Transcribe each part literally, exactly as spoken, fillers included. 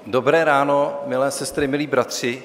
Dobré ráno, milé sestry, milí bratři.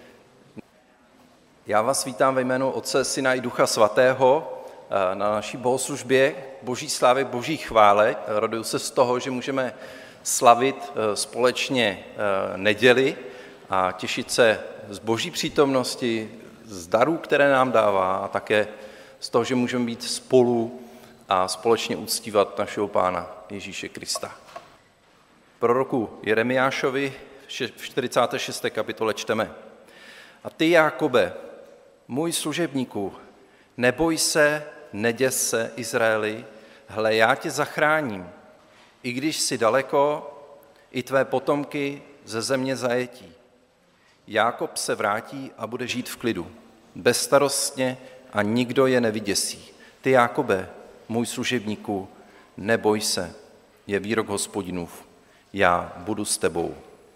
Já vás vítám ve jménu Otce, Syna i Ducha Svatého na naší bohoslužbě Boží slávy, Boží chvále. Raduju se z toho, že můžeme slavit společně neděli a těšit se z Boží přítomnosti, z darů, které nám dává, a také z toho, že můžeme být spolu a společně uctívat našeho Pána Ježíše Krista. Proroku Jeremiášovi v čtyřicáté šesté kapitole čteme: A ty, Jákobe, můj služebníku, neboj se, neděs se, Izraeli, hle, já tě zachráním, i když jsi daleko, i tvé potomky ze země zajetí. Jákob se vrátí a bude žít v klidu, bezstarostně, a nikdo je nevyděsí. Ty, Jákobe, můj služebníku, neboj se, je výrok Hospodinův, já budu s tebou.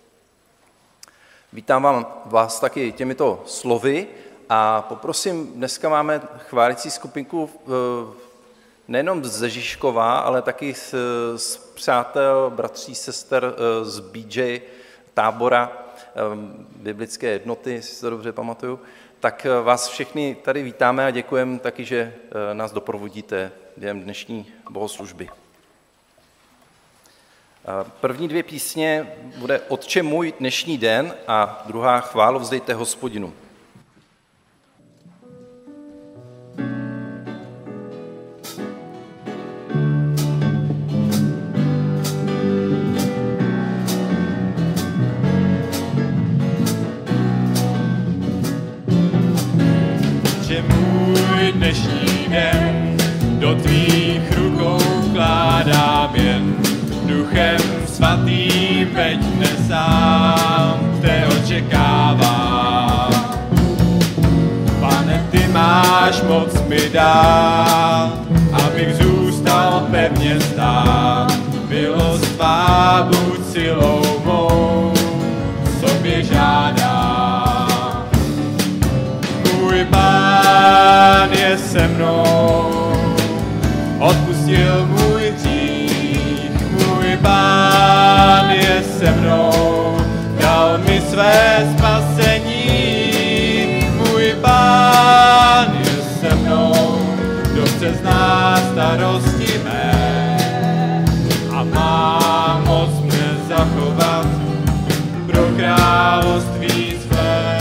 Vítám vám, vás taky těmito slovy a poprosím, dneska máme chválící skupinku nejenom ze Žižkova, ale taky z, z přátel, bratří, sester z bé jé tábora, biblické jednoty, jestli si to dobře pamatuju. Tak vás všechny tady vítáme a děkujeme taky, že nás doprovodíte během dnešní bohoslužby. První dvě písně bude Otče můj dnešní den a druhá Chválu vzdejte Hospodinu. Otče můj dnešní den, do tvých rukou vkládám jen. Duchem svatým veď mne sám, te očekávám. Pane, ty máš moc mi dát, abych zůstal pevně stát. Milost tvá buď silou mou, sobě žádám. Můj Pán je se mnou, odpustil můj hřích. Pán je se mnou, dal mi své spasení. Můj Pán je se mnou, dobře zná starosti mé a má moc mě zachovat pro království své.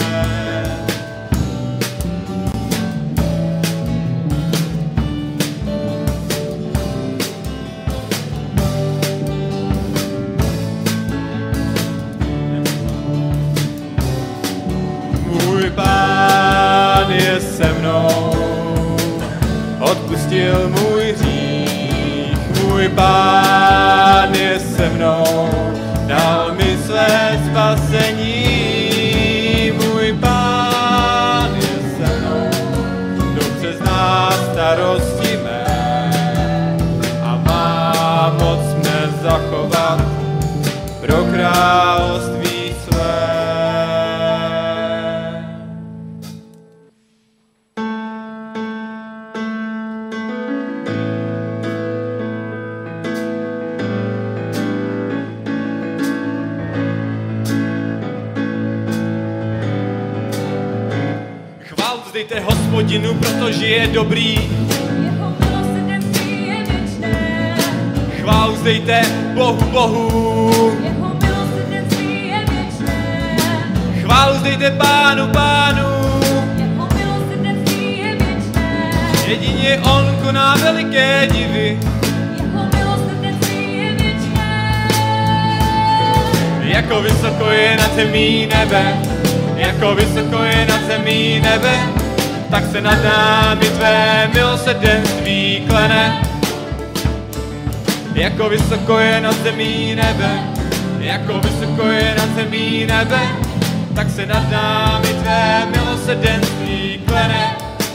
Pán je se mnou, odpustil můj hřích. Můj Pán je se mnou, dal mi své spasení. Můj Pán je se mnou, dobře zná starosti mé a má moc mne zachovat pro království své. Vzdejte Hospodinu, protože je dobrý. Jeho milosrdenství je věčné. Chválu vzdejte Bohu, Bohu. Jeho milosrdenství je věčné. Chválu vzdejte Pánu, Pánu. Jeho milosrdenství je věčné. Jedině On koná veliké divy. Jeho milosrdenství je věčné. Jako vysoko je nad zemí nebe, jako vysoko je nad zemí nebe, tak se nad námi tvé milosrdenství klene. Jako vysoko je nad zemí nebe, jako vysoko je nad zemí nebe, tak se nad námi tvé milosrdenství klene.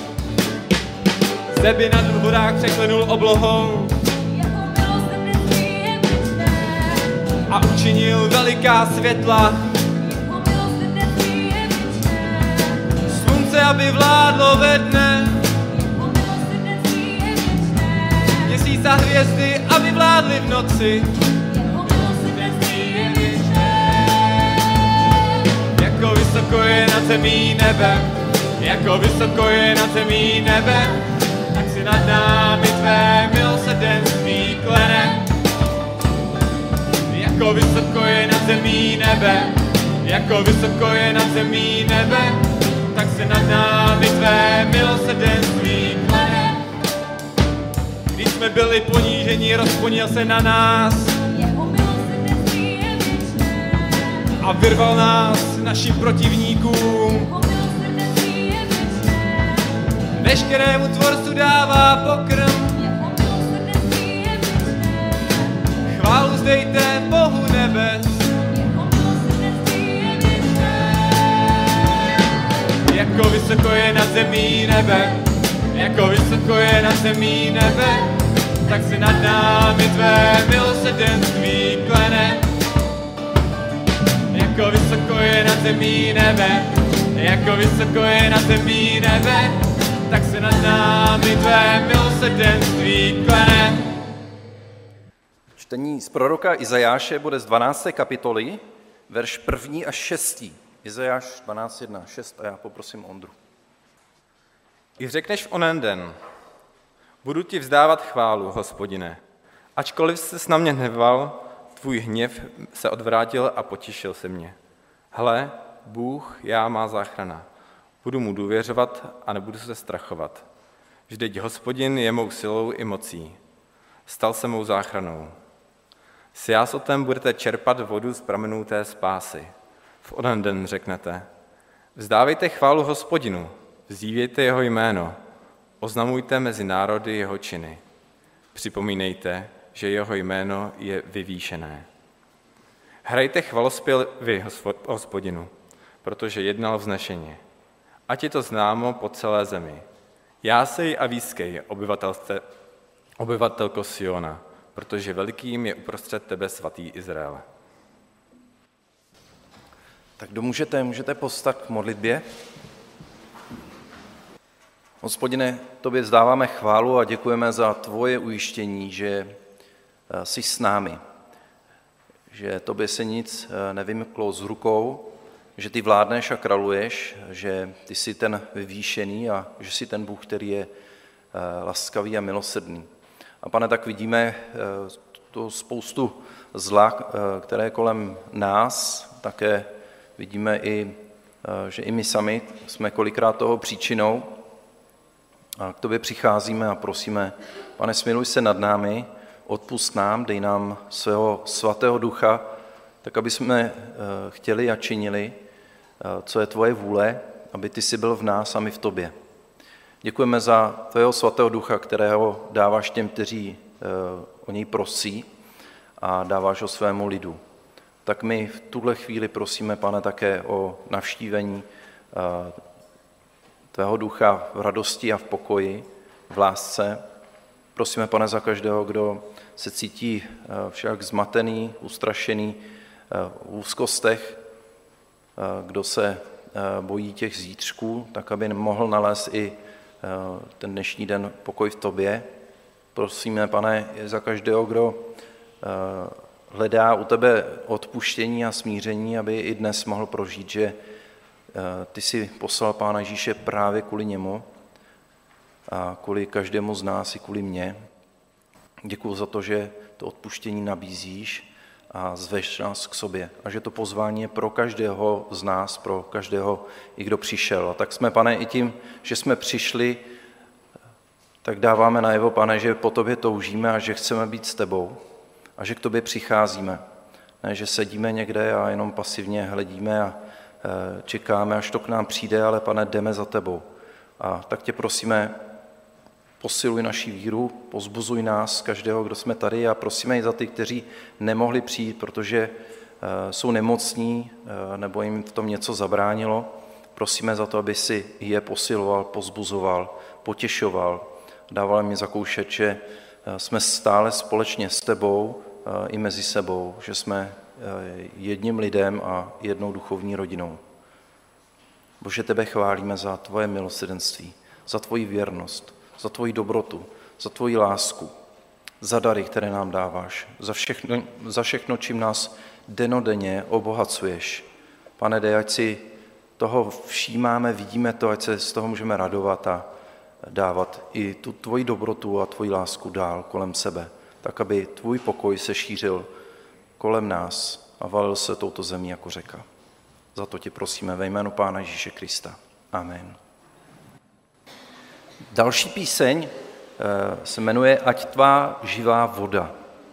Zeby nad horách překlenul oblohou Jeho milosrdenství je věčné. a učinil veliká světla. Jeho milosrdenství je věčné. Slunce, aby vládlo ve dne, Jeho milosrdenství je věčné. měsíc a hvězdy, aby vládly v noci. Jeho milosrdenství je věčné. nad zemí nebe, jako vysoko je nad zemí nebe, tak si nad námi tvé milosrdenství klene. Jako vysoko je nad zemí nebe, jako vysoko je nad zemí nebe, tak se nad námi tvé milosrdenství klene. Když jsme byli poníženi, rozponil se na nás Jeho milosrdenství je věčné. a vyrval nás našim protivníkům. Jeho milosrdenství je věčné. Veškerému tvorstvu dává pokrm, Jeho milosrdenství je věčné. chválu vzdejte Bohu nebes. Jeho milosrdenství je věčné. Jako vysoko je nad zemí nebe, jako vysoko je nad zemí nebe, tak se nad námi tvé milosrdenství klene. Jako vysoko je nad zemí nebe, jako vysoko je nad zemí nebe, tak se nad námi tvé milosrdenství klene. Čtení z proroka Izajáše bude z dvanácté kapitoly, verš první až šestý. Izajáš dvanáct, jedna, šest a já poprosím Ondru. I řekneš v onen den, budu ti vzdávat chválu, Hospodine. Ačkoliv ses na mě hneval, tvůj hněv se odvrátil a potišil se mě. Hle, Bůh, já má záchrana. Budu mu důvěřovat a nebudu se strachovat. Vždyť Hospodin je mou silou i mocí. Stal se mou záchranou. S jásotem budete čerpat vodu z pramenů té spásy. V onen den řeknete, vzdávejte chválu Hospodinu, vzývejte jeho jméno, oznamujte mezi národy jeho činy. Připomínejte, že jeho jméno je vyvýšené. Hrajte chvalospěv vy, Hospodinu, protože jednal vznešeně. Ať je to známo po celé zemi. Jásej a výskej, obyvatelko Siona, protože velikým je uprostřed tebe svatý Izrael. Tak kdo můžete, můžete povstat k modlitbě. Hospodine, tobě vzdáváme chválu a děkujeme za tvoje ujištění, že jsi s námi, že tobě se nic nevymklo z rukou, že ty vládneš a králuješ, že ty jsi ten vyvýšený a že jsi ten Bůh, který je laskavý a milosrdný. A pane, tak vidíme tu spoustu zla, které je kolem nás, také vidíme i, že i my sami jsme kolikrát toho příčinou. A k tobě přicházíme a prosíme, pane, smiluj se nad námi, odpusť nám, dej nám svého svatého ducha, tak aby jsme chtěli a činili, co je tvoje vůle, aby ty jsi byl v nás a my v tobě. Děkujeme za tvého svatého ducha, kterého dáváš těm, kteří o něj prosí a dáváš ho svému lidu. Tak my v tuhle chvíli prosíme, pane, také o navštívení tvého ducha v radosti a v pokoji, v lásce. Prosíme, pane, za každého, kdo se cítí však zmatený, ustrašený v úzkostech, kdo se bojí těch zítřků, tak aby mohl nalézt i ten dnešní den pokoj v tobě. Prosíme, pane, za každého, kdo hledá u tebe odpuštění a smíření, aby i dnes mohl prožít, že ty jsi poslal Pána Ježíše právě kvůli němu a kvůli každému z nás i kvůli mně. Děkuji za to, že to odpuštění nabízíš a zveš nás k sobě a že to pozvání je pro každého z nás, pro každého, i kdo přišel. A tak jsme, pane, i tím, že jsme přišli, tak dáváme najevo, pane, že po tobě toužíme a že chceme být s tebou a že k tobě přicházíme. Ne, že sedíme někde a jenom pasivně hledíme a čekáme, až to k nám přijde, ale, pane, jdeme za tebou. A tak tě prosíme, posiluj naši víru, pozbuzuj nás, každého, kdo jsme tady a prosíme i za ty, kteří nemohli přijít, protože jsou nemocní nebo jim v tom něco zabránilo. Prosíme za to, aby si je posiloval, pozbuzoval, potěšoval, dával jim zakoušet, že jsme stále společně s tebou i mezi sebou, že jsme jedním lidem a jednou duchovní rodinou. Bože, tebe chválíme za tvoje milosrdenství, za tvoji věrnost, za tvoji dobrotu, za tvoji lásku, za dary, které nám dáváš, za všechno, za všechno čím nás denodenně obohacuješ. Pane, dej, ať si toho všímáme, vidíme to, ať se z toho můžeme radovat a dávat i tu tvoji dobrotu a tvoji lásku dál kolem sebe, tak aby tvůj pokoj se šířil kolem nás a valil se touto zemí jako řeka. Za to tě prosíme ve jménu Pána Ježíše Krista. Amen. Další píseň se jmenuje Ať tvá živá voda.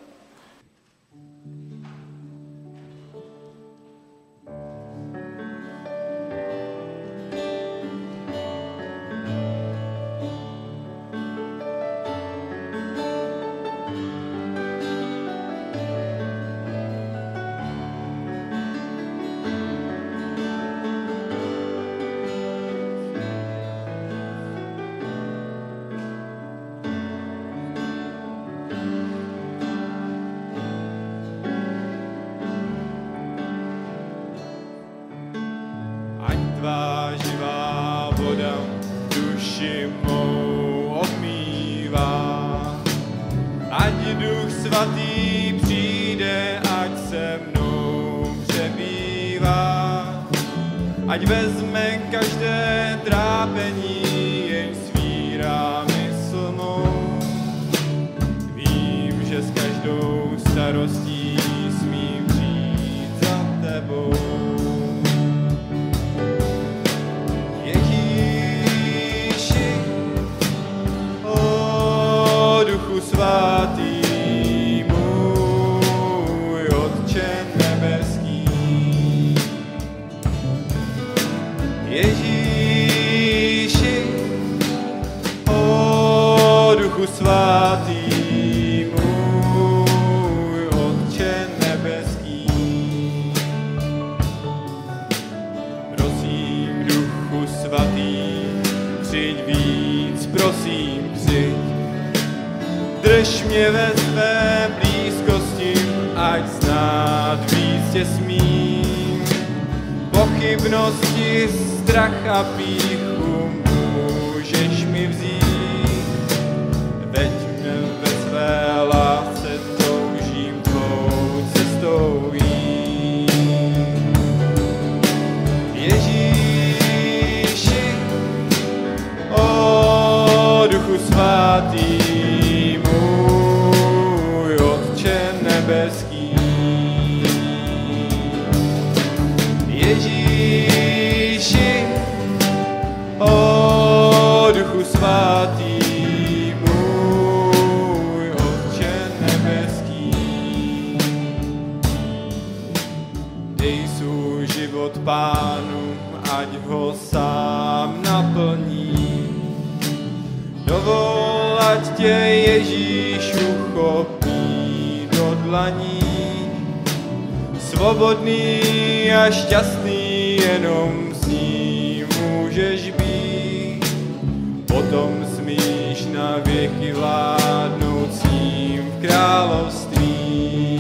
Tvá živá voda duši mou obmývá. Ať Duch Svatý přijde, ať se mnou přebývá. Ať vezme každé trápení, jenž svírá mysl mou. Vím, že s každou starostí smím přijít za tebou. Svatý můj Otče nebeský, Ježíši, o Duchu Svatý můj Otče nebeský. Prosím, Duchu Svatý, přijď víc, prosím, přijď. Drž mě ve své blízkosti, ať znát víc tě smím. Pochybnosti, strach a pýchu můžeš mi vzít. Veď mne ve své lásce, toužím tvou cestou jít. Ježíši, o Duchu Svatý, nebeský. Ježíši, o Duchu Svatý, můj Otče nebeský. Dej svůj život Pánu, ať ho sám naplní. Dovol, ať tě Ježíš uchopí do dlaní. Svobodný a šťastný, jenom s ním můžeš být. Potom smíš na věky vládnoucím v království.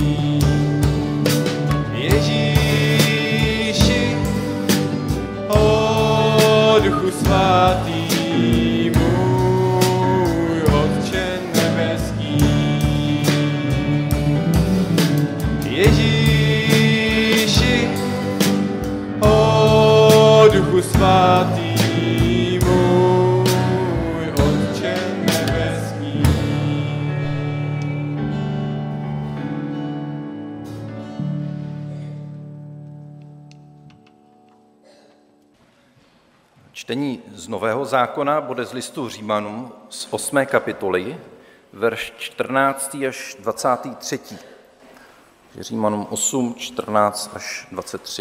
Ježíši, o Duchu Svatý, můj Otče nebeský. Ježíši, o Duchu Svatý, můj Otče nebeský. Čtení z Nového zákona bude z listu Římanům z osmé kapitoly, verš čtrnáctý až dvacátý třetí. Římanům osm, čtrnáct až dvacet tři.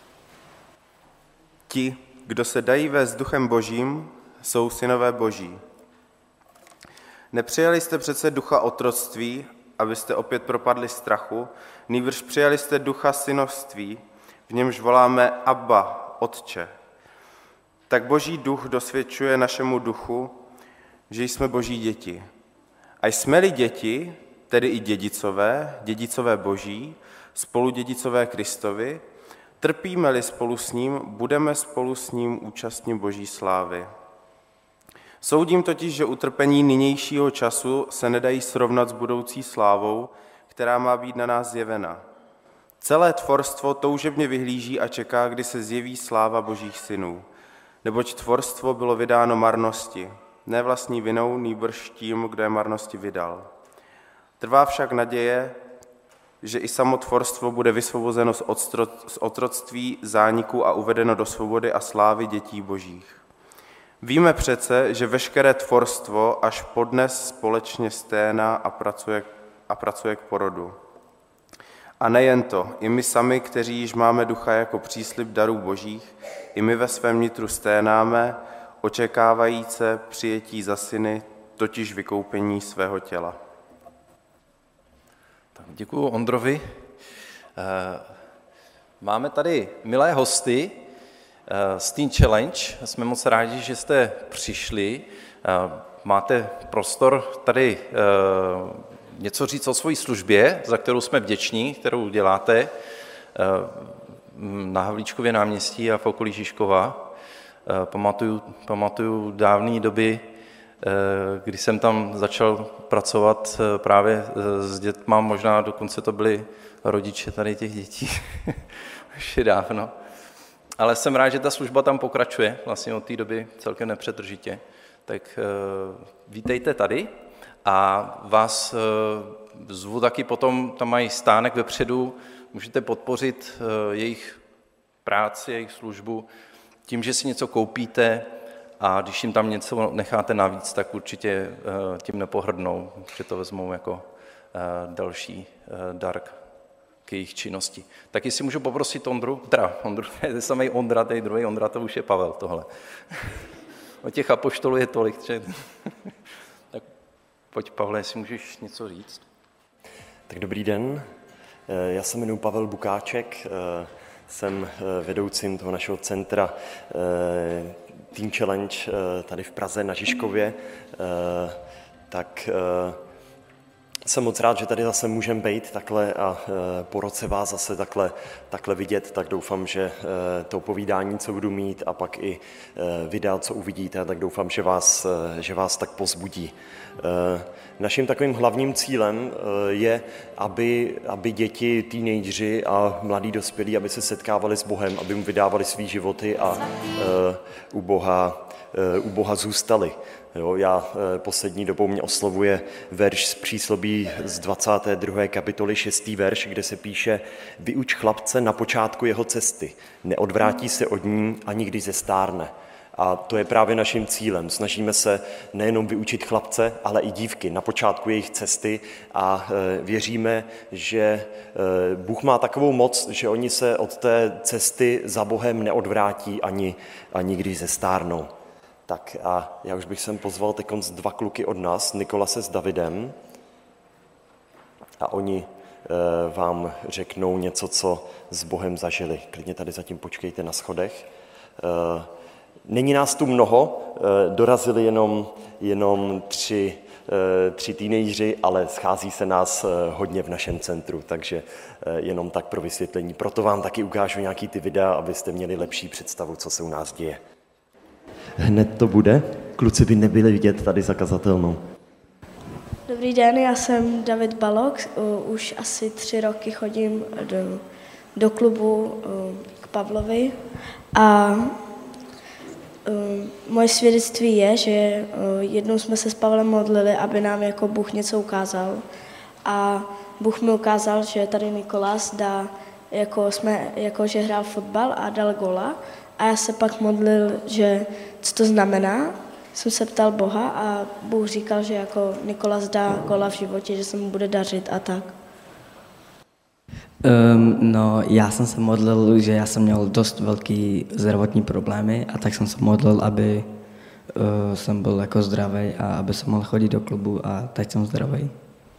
Ti, kdo se dají vést duchem Božím, jsou synové Boží. Nepřijali jste přece ducha otroctví, abyste opět propadli strachu, nýbrž přijali jste ducha synovství, v němž voláme Abba, Otče. Tak Boží duch dosvědčuje našemu duchu, že jsme Boží děti. A jsme-li děti, tedy i dědicové, dědicové Boží, spoludědicové Kristovi, trpíme-li spolu s ním, budeme spolu s ním účastní Boží slávy. Soudím totiž, že utrpení nynějšího času se nedají srovnat s budoucí slávou, která má být na nás zjevena. Celé tvorstvo toužebně vyhlíží a čeká, kdy se zjeví sláva božích synů. Neboť tvorstvo bylo vydáno marnosti, ne vlastní vinou, nýbrž tím, kdo je marnosti vydal. Trvá však naděje, že i samo tvorstvo bude vysvobozeno z, odstro, z otroctví, zániku a uvedeno do svobody a slávy dětí božích. Víme přece, že veškeré tvorstvo až podnes společně sténá a pracuje, a pracuje k porodu. A nejen to, i my sami, kteří již máme ducha jako příslib darů božích, i my ve svém nitru sténáme, očekávajíce přijetí za syny, totiž vykoupení svého těla. Tak děkuju Ondrovi. Máme tady milé hosty z Teen Challenge. Jsme moc rádi, že jste přišli. Máte prostor tady něco říct o své službě, za kterou jsme vděční, kterou děláte na Havlíčkově náměstí a v okolí Žižkova. Pamatuju, pamatuju dávné doby, kdy jsem tam začal pracovat právě s dětma, možná dokonce to byli rodiče tady těch dětí, už je dávno. Ale jsem rád, že ta služba tam pokračuje, vlastně od té doby celkem nepřetržitě. Tak vítejte tady a vás zvu taky potom, tam mají stánek vepředu, můžete podpořit jejich práci, jejich službu tím, že si něco koupíte a když jim tam něco necháte navíc, tak určitě tím nepohrdnou, že to vezmou jako další dar k jejich činnosti. Tak jestli můžu poprosit Ondru, teda Ondru, je samý Ondra, tady druhý Ondra, to už je Pavel tohle. O těch apoštolů je tolik, že... Tak pojď, Pavle, jestli můžeš něco říct. Tak dobrý den, já se jmenuji Pavel Bukáček, jsem vedoucím toho našeho centra Teen Challenge tady v Praze na Žižkově, tak jsem moc rád, že tady zase můžeme být takhle a po roce vás zase takhle, takhle vidět, tak doufám, že to povídání, co budu mít a pak i videa, co uvidíte, tak doufám, že vás, že vás tak pozbudí. Naším takovým hlavním cílem je, aby, aby děti, teenageři a mladí dospělí, aby se setkávali s Bohem, aby mu vydávali svý životy a u Boha, u Boha zůstali. Jo, já poslední dobou mě oslovuje verš z přísloví z dvacáté druhé kapitoly, šestý verš, kde se píše: Vyuč chlapce na počátku jeho cesty, neodvrátí se od ní ani když zestárne. A to je právě naším cílem. Snažíme se nejenom vyučit chlapce, ale i dívky na počátku jejich cesty a věříme, že Bůh má takovou moc, že oni se od té cesty za Bohem neodvrátí ani, ani když zestárnou. Tak a já už bych sem pozval teď dva kluky od nás, Nikolase s Davidem, a oni e, vám řeknou něco, co s Bohem zažili. Klidně tady zatím počkejte na schodech. E, není nás tu mnoho, e, dorazili jenom, jenom tři, e, tři teenageři, ale schází se nás e, hodně v našem centru, takže e, jenom tak pro vysvětlení. Proto vám taky ukážu nějaký ty videa, abyste měli lepší představu, co se u nás děje. Hned to bude. Kluci by nebyli vidět tady za kazatelnou. Dobrý den, já jsem David Balok, už asi tři roky chodím do, do klubu k Pavlovi a moje svědectví je, že jednou jsme se s Pavlem modlili, aby nám jako Bůh něco ukázal a Bůh mi ukázal, že tady Nikolas dá, jako, jsme, jako že hrál fotbal a dal gola. A já se pak modlil, že co to znamená. Jsem se ptal Boha a Bůh říkal, že jako Nikolas dá gola v životě, že se mu bude dařit a tak. Um, no, já jsem se modlil, že já jsem měl dost velký zdravotní problémy a tak jsem se modlil, aby uh, jsem byl jako zdravý a aby jsem mohl chodit do klubu a teď jsem zdravý.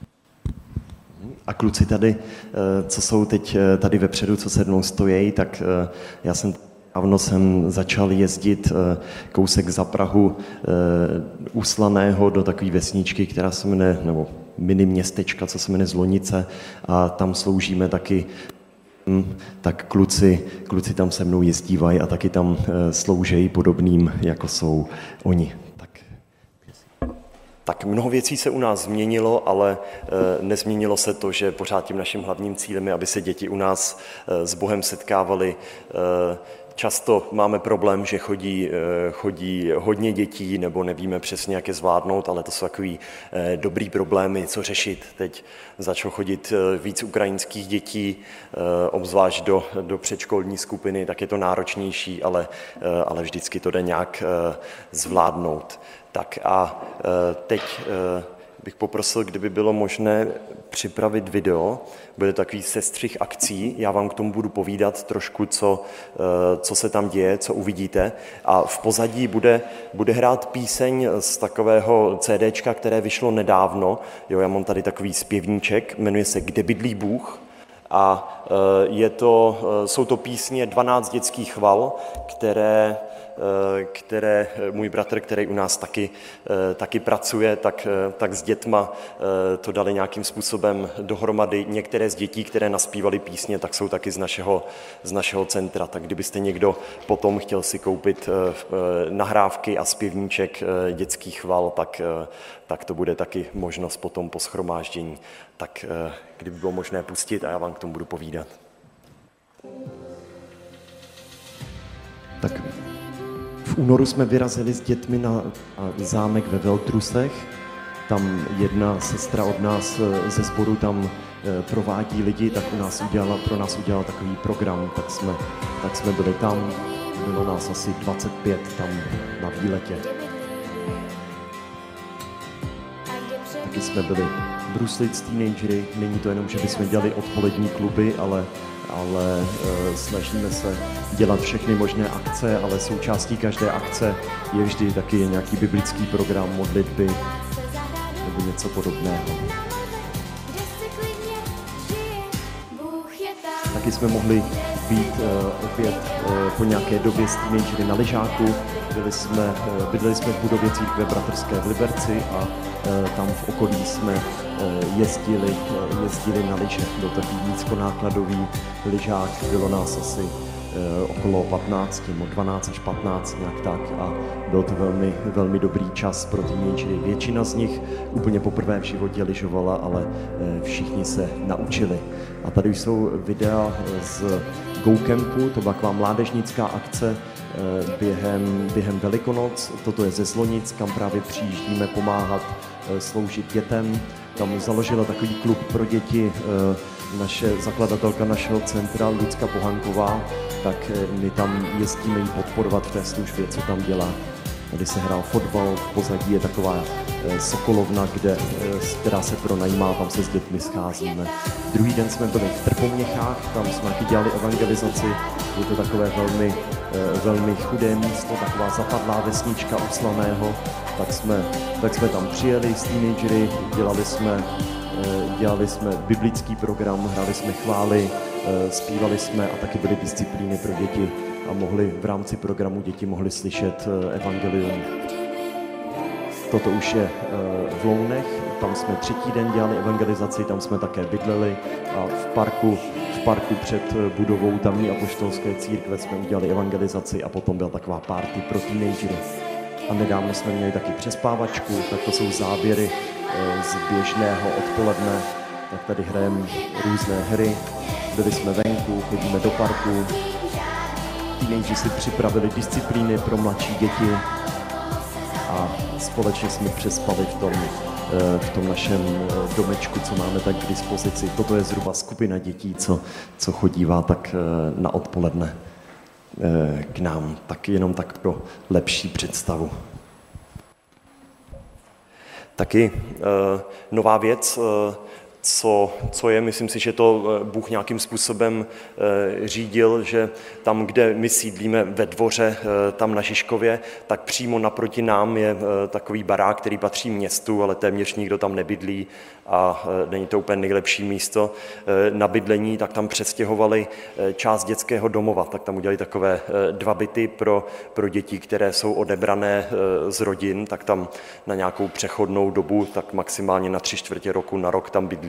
A kluci tady, co jsou teď tady vepředu, co se mnou stojí, tak já jsem dávno jsem začal jezdit kousek za Prahu u Slaného do takové vesničky, která se jmenuje, nebo mini městečka, co se jmenuje Zlonice, a tam sloužíme taky, tak kluci, kluci tam se mnou jezdívají a taky tam sloužejí podobným, jako jsou oni. Tak. Tak mnoho věcí se u nás změnilo, ale nezměnilo se to, že pořád tím naším hlavním cílem je, aby se děti u nás s Bohem setkávaly. Často máme problém, že chodí, chodí hodně dětí nebo nevíme přesně, jak je zvládnout, ale to jsou takový dobrý problémy, co řešit. Teď začalo chodit víc ukrajinských dětí, obzvlášť do, do předškolní skupiny, tak je to náročnější, ale, ale vždycky to jde nějak zvládnout. Tak a teď bych poprosil, kdyby bylo možné připravit video. Bude takový sestřih akcí, já vám k tomu budu povídat trošku, co, co se tam děje, co uvidíte. A v pozadí bude, bude hrát píseň z takového CDčka, které vyšlo nedávno. Jo, já mám tady takový zpěvníček, jmenuje se Kde bydlí Bůh. A je to, jsou to písně dvanáct dětských chval, které které můj bratr, který u nás taky, taky pracuje, tak, tak s dětma to dali nějakým způsobem dohromady. Některé z dětí, které naspívaly písně, tak jsou taky z našeho, z našeho centra. Tak kdybyste někdo potom chtěl si koupit nahrávky a zpěvníček dětských chval, tak, tak to bude taky možnost potom po shromáždění. Tak kdyby bylo možné pustit a já vám k tomu budu povídat. Tak v únoru jsme vyrazili s dětmi na zámek ve Veltrusech. Tam jedna sestra od nás ze sboru tam provádí lidi, tak u nás udělala, pro nás udělala takový program, tak jsme, tak jsme byli tam. Bylo nás asi dvacet pět tam na výletě. Taky jsme byli bruslit s teenagery. Není to jenom, že bychom dělali odpolední kluby, ale ale e, snažíme se dělat všechny možné akce, ale součástí každé akce je vždy taky nějaký biblický program, modlitby nebo něco podobného. Taky jsme mohli být e, opět e, po nějaké době s teenagery na lyžáku. Byli jsme, e, bydleli jsme v budově církve bratrské v Liberci a e, tam v okolí jsme jezdili, jezdili na lyže. Byl takový nízkonákladový lyžák, bylo nás asi okolo patnáct, dvanáct až patnáct, nějak tak, a byl to velmi, velmi dobrý čas pro teenagery. Většina z nich úplně poprvé v životě lyžovala, ale všichni se naučili. A tady už jsou videa z Go Campu, to byla taková mládežnická akce během, během Velikonoc. Toto je ze Zlonic, kam právě přijíždíme pomáhat sloužit dětem. Tam založila takový klub pro děti naše zakladatelka našeho centra Lucka Pohanková, tak my tam jezdíme jí podporovat v té službě, co tam dělá. Tady se hrál fotbal, v pozadí je taková sokolovna, kde, která se pronajímá, tam se s dětmi scházíme. Druhý den jsme byli v Trpoměchách, tam jsme taky dělali evangelizaci, je to takové velmi, velmi chudé místo, taková zapadlá vesnička u Slaného, tak jsme, tak jsme tam přijeli s teenagery, dělali jsme, dělali jsme biblický program, hráli jsme chvály, zpívali jsme a taky byly disciplíny pro děti a mohli v rámci programu děti mohli slyšet evangelium. Toto už je v Lounech, tam jsme třetí den dělali evangelizaci, tam jsme také bydleli a v parku, v parku před budovou tamní apoštolské církve jsme udělali evangelizaci a potom byla taková party pro teenagery. A nedávno jsme měli taky přespávačku, tak to jsou záběry z běžného odpoledne, tak tady hrajeme různé hry, byli jsme venku, chodíme do parku, teenageři si připravili disciplíny pro mladší děti a společně jsme přespali v tom, v tom našem domečku, co máme tak k dispozici. Toto je zhruba skupina dětí, co, co chodívá tak na odpoledne k nám, tak jenom tak pro lepší představu. Taky nová věc, Co, co je, myslím si, že to Bůh nějakým způsobem e, řídil, že tam, kde my sídlíme ve dvoře, e, tam na Žižkově, tak přímo naproti nám je e, takový barák, který patří městu, ale téměř nikdo tam nebydlí a e, není to úplně nejlepší místo e, na bydlení, tak tam přestěhovali e, část dětského domova, tak tam udělali takové e, dva byty pro, pro děti, které jsou odebrané e, z rodin, tak tam na nějakou přechodnou dobu, tak maximálně na tři čtvrtě roku, na rok tam bydlí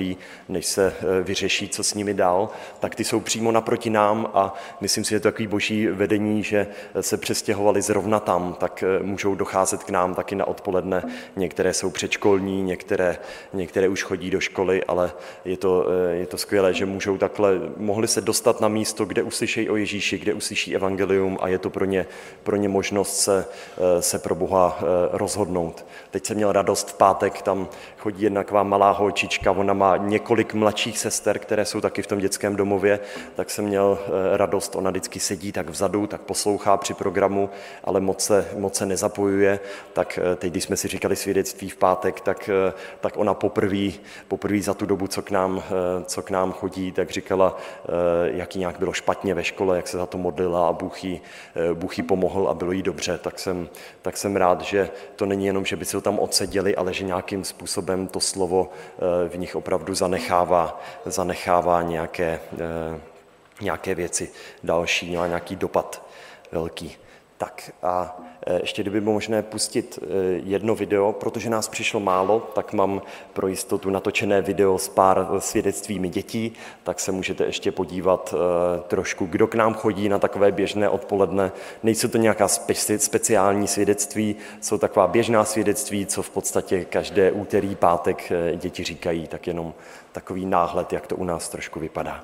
takový, než se vyřeší, co s nimi dál, tak ty jsou přímo naproti nám a myslím si, že to je takový boží vedení, že se přestěhovali zrovna tam, tak můžou docházet k nám taky na odpoledne. Některé jsou předškolní, některé, některé už chodí do školy, ale je to, je to skvělé, že můžou takhle, mohli se dostat na místo, kde uslyšejí o Ježíši, kde uslyší evangelium a je to pro ně, pro ně možnost se, se pro Boha rozhodnout. Teď jsem měl radost v pátek, tam chodí jedna taková malá holčička, ona má několik mladších sester, které jsou taky v tom dětském domově, tak jsem měl radost, ona vždycky sedí tak vzadu, tak poslouchá při programu, ale moc se, moc se nezapojuje, tak teď, když jsme si říkali svědectví v pátek, tak, tak ona poprvé, poprvé za tu dobu, co k nám, co k nám chodí, tak říkala, jak jí nějak bylo špatně ve škole, jak se za to modlila a Bůh jí, Bůh jí pomohl a bylo jí dobře, tak jsem, tak jsem rád, že to není jenom, že by se to tam odseděli, ale že nějakým způsobem to slovo v nich opravdu zanechává, zanechává nějaké, nějaké věci další, má nějaký dopad velký. Tak a ještě kdyby bylo možné pustit jedno video, protože nás přišlo málo, tak mám pro jistotu natočené video s pár svědectvími dětí, tak se můžete ještě podívat trošku, kdo k nám chodí na takové běžné odpoledne. Nejsou to nějaká speci- speciální svědectví, jsou taková běžná svědectví, co v podstatě každé úterý, pátek děti říkají, tak jenom takový náhled, jak to u nás trošku vypadá.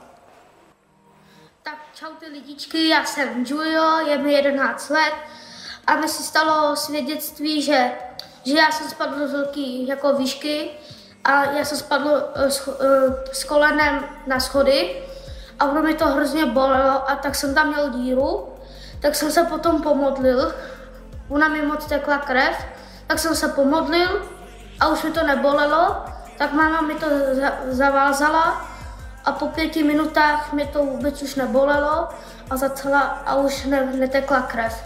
Tak čau ty lidičky, já jsem Julio, je mi jedenáct let a mi se stalo svědectví, že, že já jsem spadl z velký jako výšky a já jsem spadl s, s kolenem na schody a ono mi to hrozně bolelo a tak jsem tam měl díru, tak jsem se potom pomodlil, ona mi moc tekla krev, tak jsem se pomodlil a už mi to nebolelo, tak máma mi to zavázala. A po pěti minutách mě to vůbec už nebolelo a začala a už ne, netekla krev.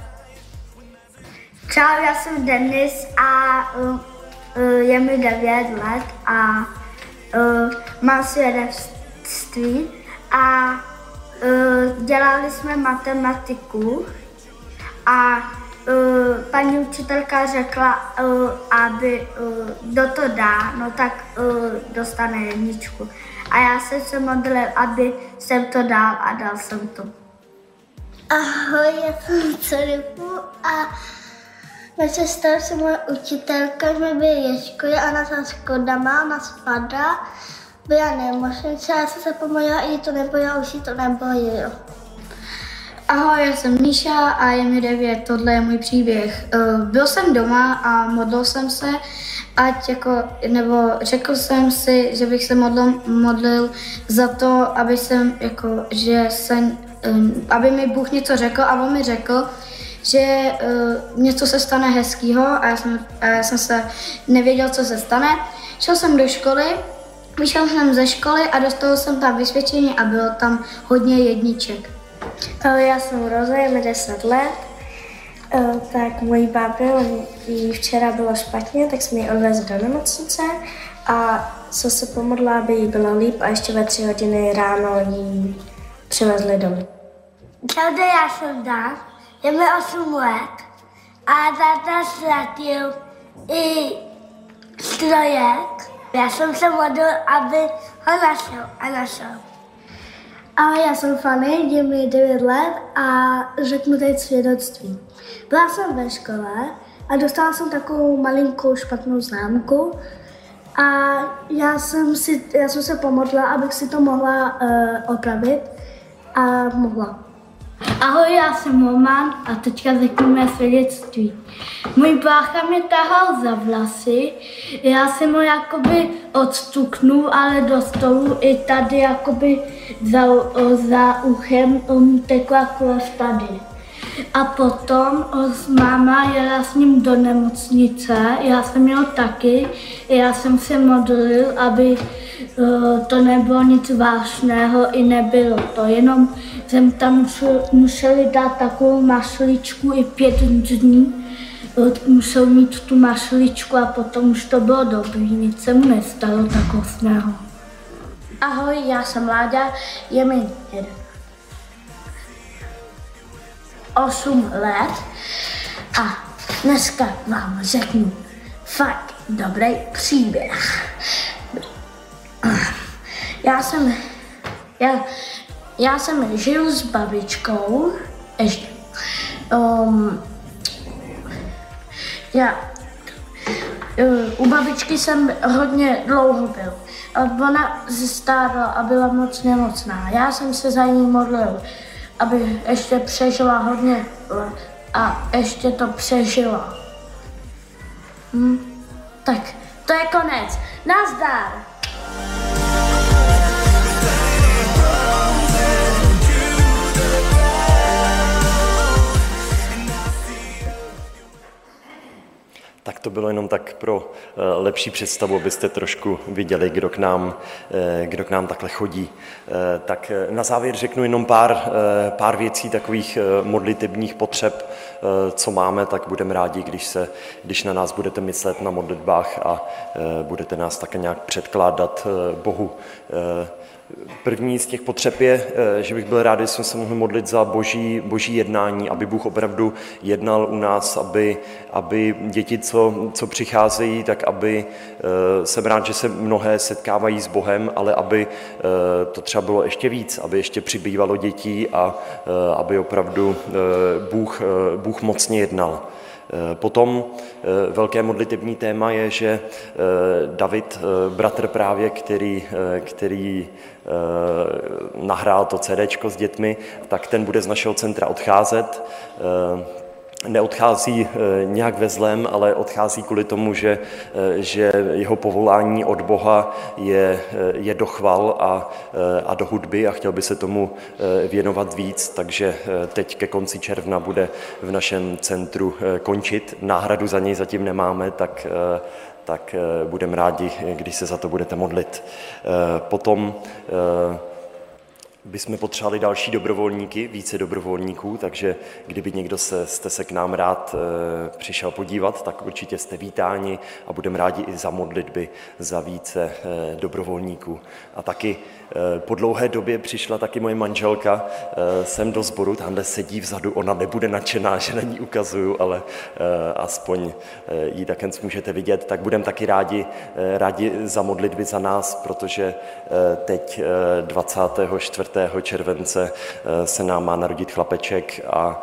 Čau, já jsem Denis a uh, uh, je mi devět let a uh, mám svědectví a uh, dělali jsme matematiku a uh, paní učitelka řekla, uh, aby uh, kdo to dá, no tak uh, dostane jedničku. A já jsem se modlil, aby jsem to dal a dal jsem to. Ahoj, já jsem Cerifu a moje sestra se moje učitelka, jsme byli ve škole a ona se skodama, ona spadla, byla nemocnice, já jsem se pomodlila, i to nebolilo, už jí to nebolilo. Ahoj, já jsem Míša a je mi devět, tohle je můj příběh. Byl jsem doma a modlil jsem se, ať jako, nebo řekl jsem si, že bych se modlil, modlil za to, aby jsem, jako, že jsem, aby mi Bůh něco řekl a on mi řekl, že uh, něco se stane hezkýho a já, jsem, a já jsem se nevěděl, co se stane. Šel jsem do školy, vyšel jsem ze školy a dostal jsem tam vysvědčení a bylo tam hodně jedniček. Já jsem Roza, je mi deset let, tak mojí bábě, jí včera bylo špatně, tak jsme ji odvezli do nemocnice a co se pomodla, aby jí bylo líp a ještě ve tři hodiny ráno ji přivezli domů. Čau, já jsem Dan, je mi osm let a táta ztratil i strojek. Já jsem se modlil, aby ho našel a našel. Ahoj, já jsem Fanny, je mi devět let a řeknu teď svědectví. Byla jsem ve škole a dostala jsem takovou malinkou špatnou známku a já jsem, si, já jsem se pomodlila, abych si to mohla uh, opravit a mohla. Ahoj, já jsem Roman a teďka řeknu mé svědectví. Můj brácha mě tahal za vlasy, já jsem ho jakoby odstuknul, ale do stolu i tady jakoby za, za uchem mu tekla krev tady. A potom máma jela s ním do nemocnice, já jsem měl taky, já jsem se modlil, aby to nebylo nic vážného i nebylo to, jenom jsem tam museli dát takovou mašličku i pět dní, musel mít tu mašličku a potom už to bylo dobrý, nic se mu nestalo takového. Ahoj, já jsem Láďa, je mi osm let a dneska vám řeknu fakt dobrý příběh. Já jsem, já, já jsem žil s babičkou, ještě. Um, já, u babičky jsem hodně dlouho byl. Ona se stárla a byla moc nemocná. Já jsem se za ní modlil, aby ještě přežila hodně let a ještě to přežila. Hm, tak to je konec. Nazdar! Tak to bylo jenom tak pro lepší představu, abyste trošku viděli, kdo k nám, kdo k nám takhle chodí. Tak na závěr řeknu jenom pár, pár věcí, takových modlitebních potřeb, co máme, tak budeme rádi, když, se, když na nás budete myslet na modlitbách a budete nás také nějak předkládat Bohu. První z těch potřeb je, že bych byl rád, že jsme se mohli modlit za boží, boží jednání, aby Bůh opravdu jednal u nás, aby, aby děti, co, co přicházejí, tak aby, jsem rád, že se mnohé setkávají s Bohem, ale aby to třeba bylo ještě víc, aby ještě přibývalo dětí a aby opravdu Bůh, Bůh mocně jednal. Potom velké modlitební téma je, že David, bratr právě, který, který nahrál to CDčko s dětmi, tak ten bude z našeho centra odcházet. Neodchází nějak ve zlém, ale odchází kvůli tomu, že, že jeho povolání od Boha je, je do chval a, a do hudby a chtěl by se tomu věnovat víc, takže teď ke konci června bude v našem centru končit. Náhradu za něj zatím nemáme, tak, tak budeme rádi, když se za to budete modlit. Potom bychom potřebovali další dobrovolníky, více dobrovolníků, takže kdyby někdo se, jste se k nám rád e, přišel podívat, tak určitě jste vítáni a budeme rádi i za modlitby za více e, dobrovolníků. A taky e, po dlouhé době přišla taky moje manželka e, sem do sboru, tamhle sedí vzadu, ona nebude nadšená, že na ní ukazuju, ale e, aspoň e, ji také můžete vidět, tak budeme taky rádi, e, rádi za modlitby za nás, protože e, teď e, dvacátého čtvrtého července se nám má narodit chlapeček a,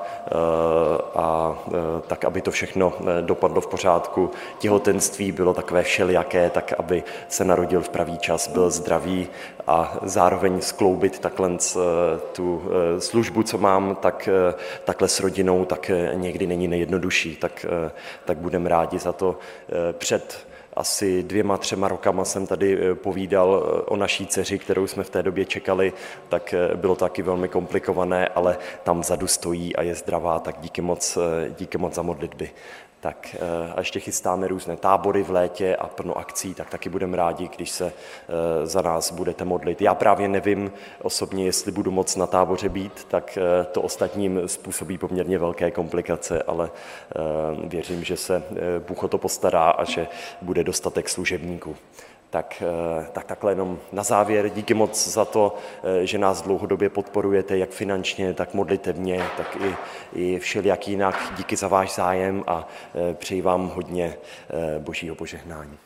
a tak, aby to všechno dopadlo v pořádku. Těhotenství bylo takové všelijaké, tak aby se narodil v pravý čas, byl zdravý a zároveň skloubit takhle tu službu, co mám, tak takhle s rodinou, tak někdy není nejjednodušší, tak, tak budeme rádi za to. Před asi dvěma, třema rokama jsem tady povídal o naší dceři, kterou jsme v té době čekali, tak bylo to taky velmi komplikované, ale tam vzadu stojí a je zdravá, tak díky moc, díky moc za modlitby. Tak a ještě chystáme různé tábory v létě a plno akcí, tak taky budeme rádi, když se za nás budete modlit. Já právě nevím osobně, jestli budu moc na táboře být, tak to ostatním způsobí poměrně velké komplikace, ale věřím, že se Bůh o to postará a že bude dostatek služebníků. Tak, tak takhle jenom na závěr. Díky moc za to, že nás dlouhodobě podporujete, jak finančně, tak modlitevně, tak i, i všelijak jinak. Díky za váš zájem a přeji vám hodně božího požehnání.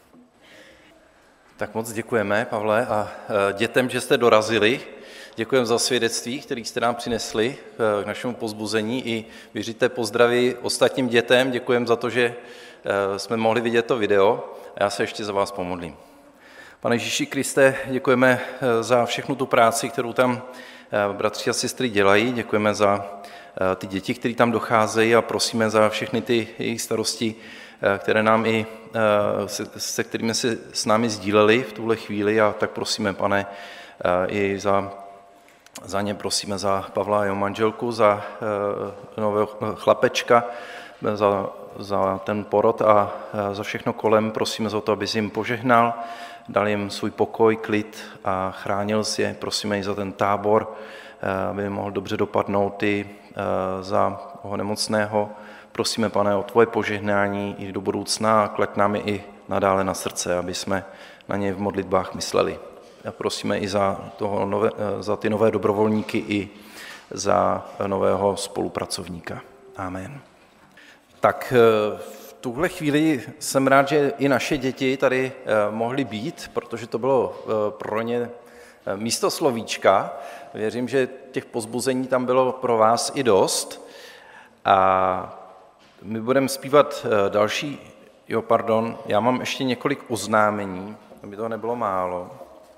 Tak moc děkujeme, Pavle, a dětem, že jste dorazili. Děkujeme za svědectví, které jste nám přinesli k našemu povzbuzení i věříte pozdraví ostatním dětem. Děkujeme za to, že jsme mohli vidět to video a já se ještě za vás pomodlím. Pane Ježíši Kriste, děkujeme za všechnu tu práci, kterou tam bratři a sestry dělají. Děkujeme za ty děti, které tam docházejí a prosíme za všechny ty jejich starosti, které nám i, se, se kterými se s námi sdíleli v tuhle chvíli. A tak prosíme, Pane, i za, za ně prosíme za Pavla a jeho manželku, za nového chlapečka, za, za ten porod a za všechno kolem. Prosíme za to, aby jsi jim požehnal, dal jim svůj pokoj, klid a chránil si je. Prosíme i za ten tábor, aby mohl dobře dopadnout i za toho nemocného. Prosíme, Pane, o tvoje požehnání i do budoucna a klaď nám je i nadále na srdce, aby jsme na ně v modlitbách mysleli. A prosíme i za, toho nové, za ty nové dobrovolníky i za nového spolupracovníka. Amen. Tak v tuhle chvíli jsem rád, že i naše děti tady mohly být, protože to bylo pro ně Místo slovíčka, věřím, že těch povzbuzení tam bylo pro vás i dost. A my budeme zpívat další, jo, pardon, já mám ještě několik oznámení, aby toho nebylo málo.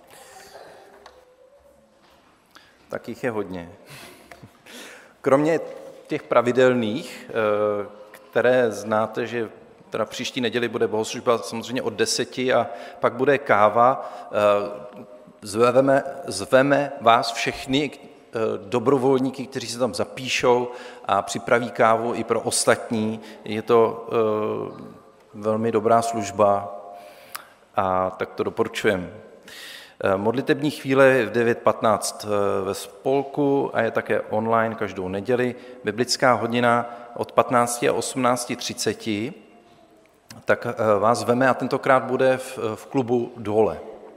Tak jich je hodně. Kromě těch pravidelných, které znáte, že teda příští neděli bude bohoslužba samozřejmě od deseti a pak bude káva, zveme, zveme vás všechny dobrovolníky, kteří se tam zapíšou a připraví kávu i pro ostatní. Je to velmi dobrá služba a tak to doporučujeme. Modlitební chvíle je v devět patnáct ve spolku a je také online každou neděli. Biblická hodina od patnácti a osmnácti třiceti, tak vás veme a tentokrát bude v, v klubu dole.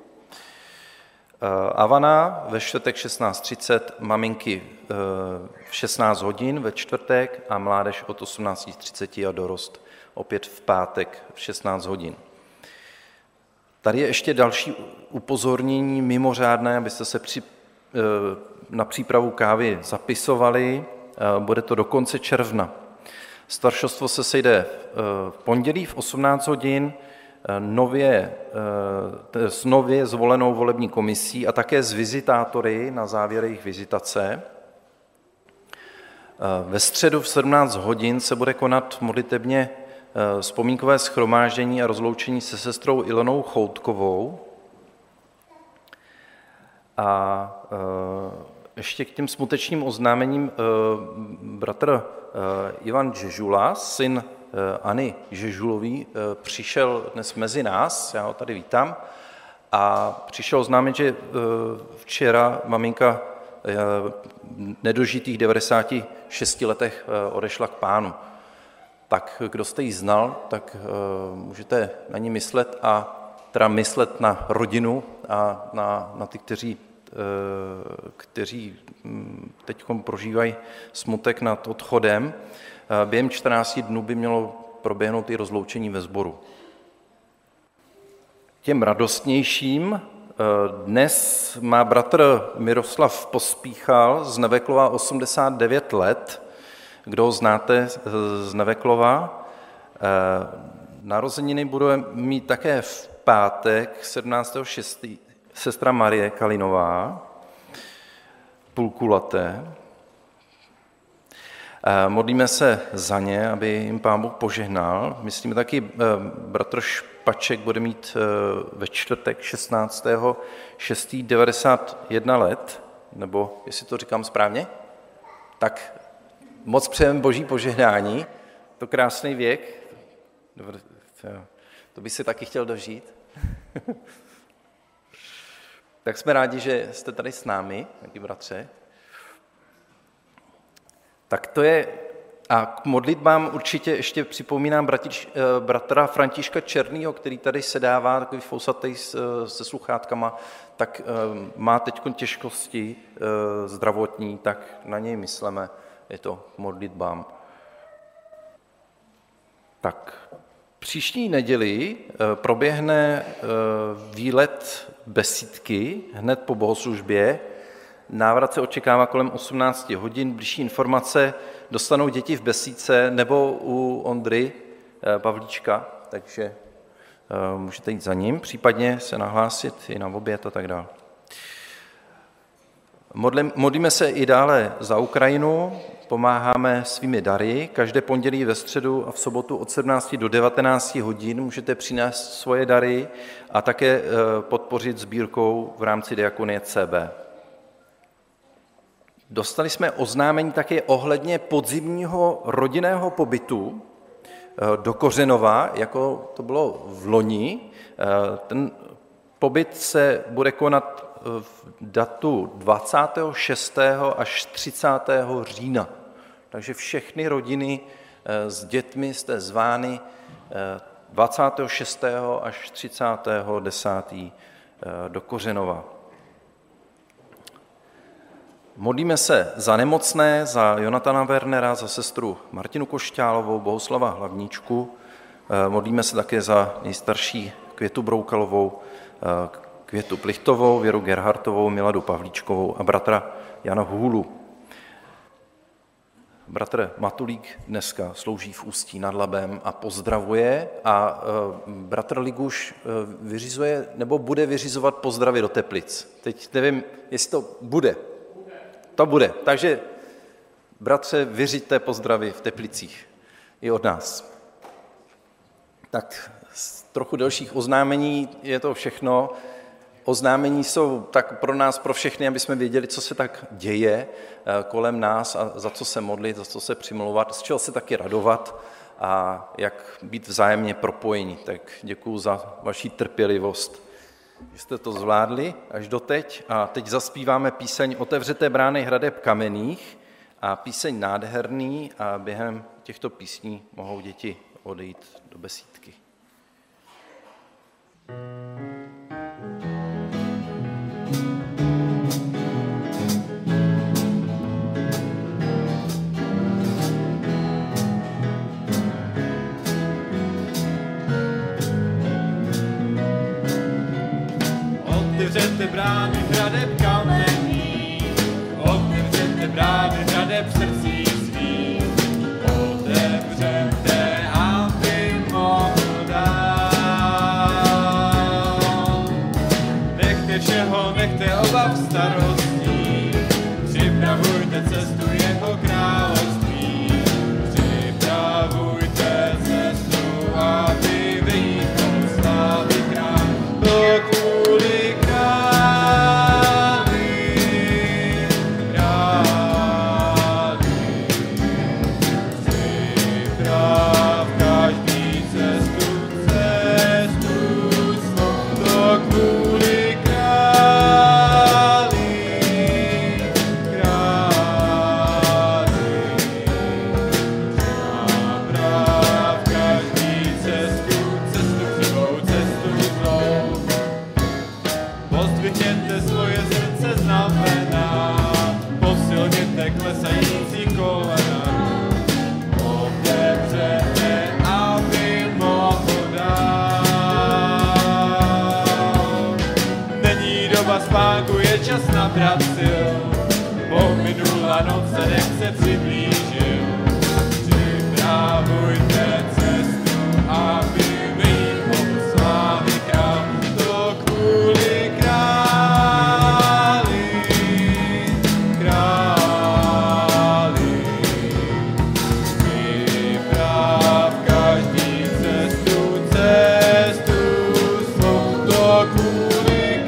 Avana ve čtvrtek šestnáct třicet, maminky v šestnáct hodin ve čtvrtek a mládež od osmnáct třicet a dorost opět v pátek v šestnáct hodin. Tady je ještě další upozornění mimořádné, abyste se při, na přípravu kávy zapisovali. Bude to do konce června. Staršostvo se sejde v pondělí v osmnáct hodin nově, s nově zvolenou volební komisí a také s vizitátory na závěr jejich vizitace. Ve středu v sedmnáct hodin se bude konat modlitebně vzpomínkové shromáždění a rozloučení se sestrou Ilenou Choutkovou. A ještě k těm smutečným oznámením bratr Ivan Žežula, syn Anny Žežulový, přišel dnes mezi nás, já ho tady vítám, a přišel oznámit, že včera maminka nedožitých devadesáti šesti letech odešla k Pánu. Tak kdo jste ji znal, tak můžete na ní myslet a teda myslet na rodinu a na, na ty, kteří, kteří teď prožívají smutek nad odchodem. Během čtrnácti dnů by mělo proběhnout i rozloučení ve sboru. Těm radostnějším dnes má bratr Miroslav Pospíchal z Neveklova osmdesát devět let. Kdo ho znáte z Neveklova? Narozeniny budeme mít také v pátek sedmnáctého šestého sestra Marie Kalinová, půlkulaté. Modlíme se za ně, aby jim Pán Bůh požehnal. Myslíme taky, bratr Špaček bude mít ve čtvrtek šestnáctého šestého devadesát jedna let, nebo jestli to říkám správně, tak moc přejeme boží požehnání. To krásný věk, to bych si taky chtěl dožít. Tak jsme rádi, že jste tady s námi, taky bratře. Tak to je, a k modlitbám určitě ještě připomínám bratič, bratra Františka Černýho, který tady sedává, takový fousatej se sluchátkama, tak má teď těžkosti zdravotní, tak na něj myslíme, je to k modlitbám. Tak příští neděli proběhne výlet besídky hned po bohoslužbě. Návrat se očekává kolem osmnáct hodin. Bližší informace dostanou děti v besídce nebo u Ondry Pavlíčka, takže můžete jít za ním, případně se nahlásit i na oběd a tak dále. Modlíme se i dále za Ukrajinu, pomáháme svými dary. Každé pondělí ve středu a v sobotu od sedmnácti do devatenácti hodin můžete přinést svoje dary a také podpořit sbírkou v rámci diakonie C B. Dostali jsme oznámení také ohledně podzimního rodinného pobytu do Kořenova, jako to bylo v loni. Ten pobyt se bude konat v datu dvacátého šestého až třicátého října. Takže všechny rodiny s dětmi jste zvány dvacátého šestého až třicátého desátého do Kořenova. Modlíme se za nemocné, za Jonatana Wernera, za sestru Martinu Košťálovou, Bohuslava Hlavníčku. Modlíme se také za nejstarší Květu Broukalovou, Květu Plichtovou, Věru Gerhartovou, Miladu Pavlíčkovou a bratra Jana Hůlu. Bratr Matulík dneska slouží v Ústí nad Labem a pozdravuje a bratr Liguš vyřizuje nebo bude vyřizovat pozdravy do Teplic. Teď nevím, jestli to bude. To bude. Takže bratře, vyřiďte pozdravy v Teplicích i od nás. Tak z trochu delších oznámení je to všechno. Oznámení jsou tak pro nás, pro všechny, aby jsme věděli, co se tak děje kolem nás a za co se modlit, za co se přimlouvat, z čeho se taky radovat a jak být vzájemně propojeni. Tak děkuju za vaši trpělivost, že jste to zvládli až doteď. A teď zaspíváme píseň Otevřete brány hradeb kamenných a píseň Nádherný a během těchto písní mohou děti odejít do besídky. Otevřete brány hradeb kamení, otevřete brány hradeb srdcí svých, otevřete, aby mohl dát. Nechte všeho, nechte obav starostí, připravujte cestu jeho království, připravujte cestu, aby vyjít slávy král. To kvůli spánku je čas nabrat sil, pominula noc a den se přiblížil. Připravujte cestu, aby vyjít mohl slávy král. To kvůli králi, králi. Připrav každý cestu, cestu svou. To kvůli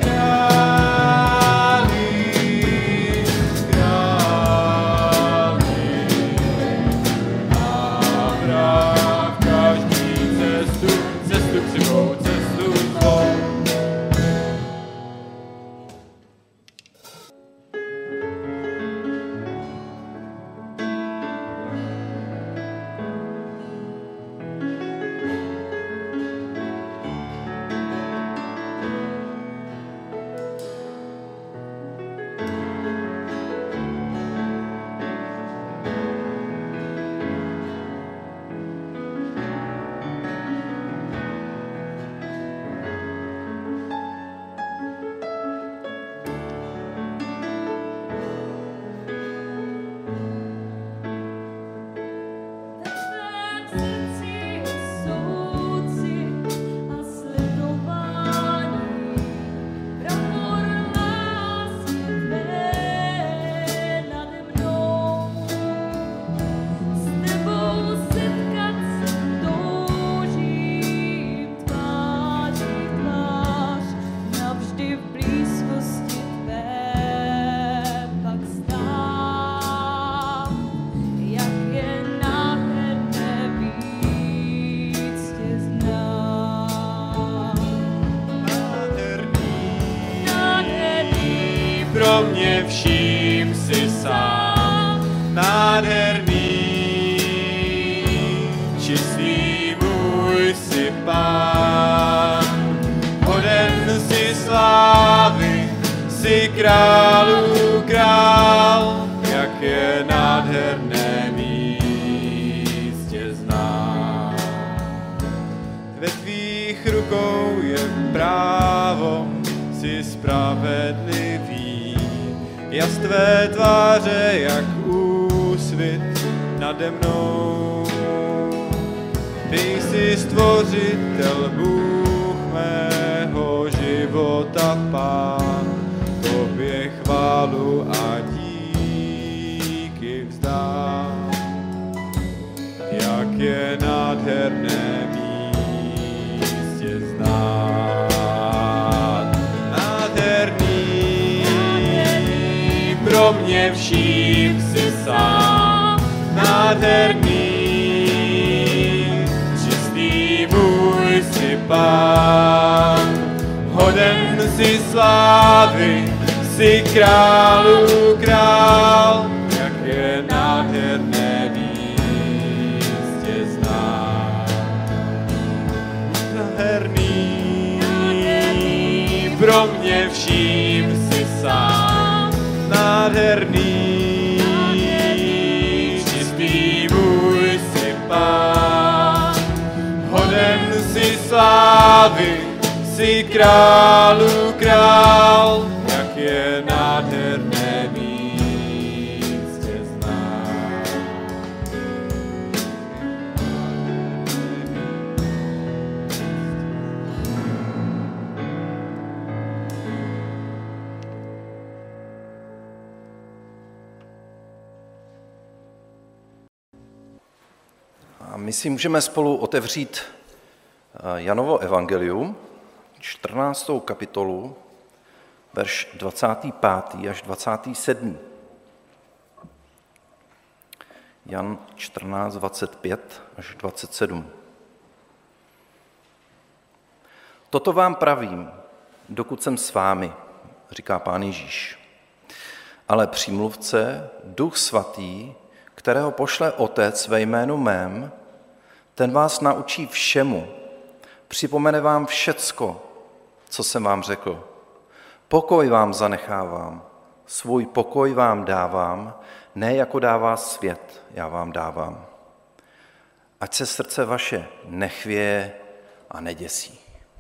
pro mě vším si sám, nádherný, čistý můj si pán, hoden si slávy, si králů král, jak je nádherné míst tě znám. Ve tvých rukou je právo, jsi spravedlivý, jas tvé tváře jak úsvit nade mnou. Ty jsi stvořitel, Bůh mého života, Pán, tobě chválu a díky vzdám. Jak je nádherné místě znát, nádherný, pro mě vším jsi sám, nádherný, čistý můj jsi Pán, hoden si slávy, jsi králu král, jak je nádherné místě znát. Nádherný, pro mě vším jsi sám, nádherný, čistý můj jsi Pán, hoden si slávy, jsi králu král, jak je nádherné místě znát. A my si můžeme spolu otevřít Janovo evangelium, čtrnáctou kapitolu, verš dvacátý pátý až dvacátý sedmý. Jan čtrnáct, dvacet pět až dvacet sedm. Toto vám pravím, dokud jsem s vámi, říká Pán Ježíš. Ale přímluvce, Duch Svatý, kterého pošle Otec ve jménu mém, ten vás naučí všemu, připomene vám všecko, co jsem vám řekl. Pokoj vám zanechávám, svůj pokoj vám dávám, ne jako dává svět, já vám dávám. Ať se srdce vaše nechvěje a neděsí.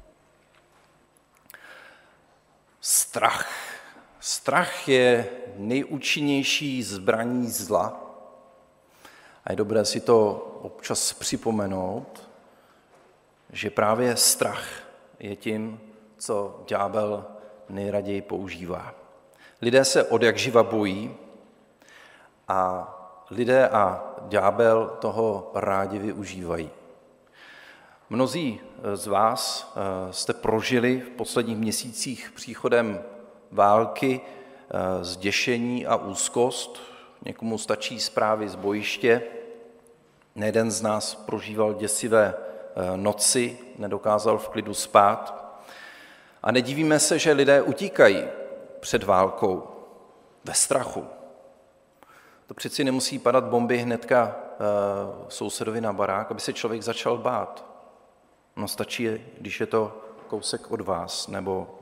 Strach. Strach je nejúčinnější zbraní zla. A je dobré si to občas připomenout, že právě strach je tím, co ďábel nejraději používá. Lidé se odjakživa bojí a lidé a ďábel toho rádi využívají. Mnozí z vás jste prožili v posledních měsících příchodem války zděšení a úzkost. Někomu stačí zprávy z bojiště. Nejeden z nás prožíval děsivé noci, nedokázal v klidu spát. A nedivíme se, že lidé utíkají před válkou ve strachu. To přeci nemusí padat bomby hnedka sousedovi na barák, aby se člověk začal bát. No stačí, když je to kousek od vás nebo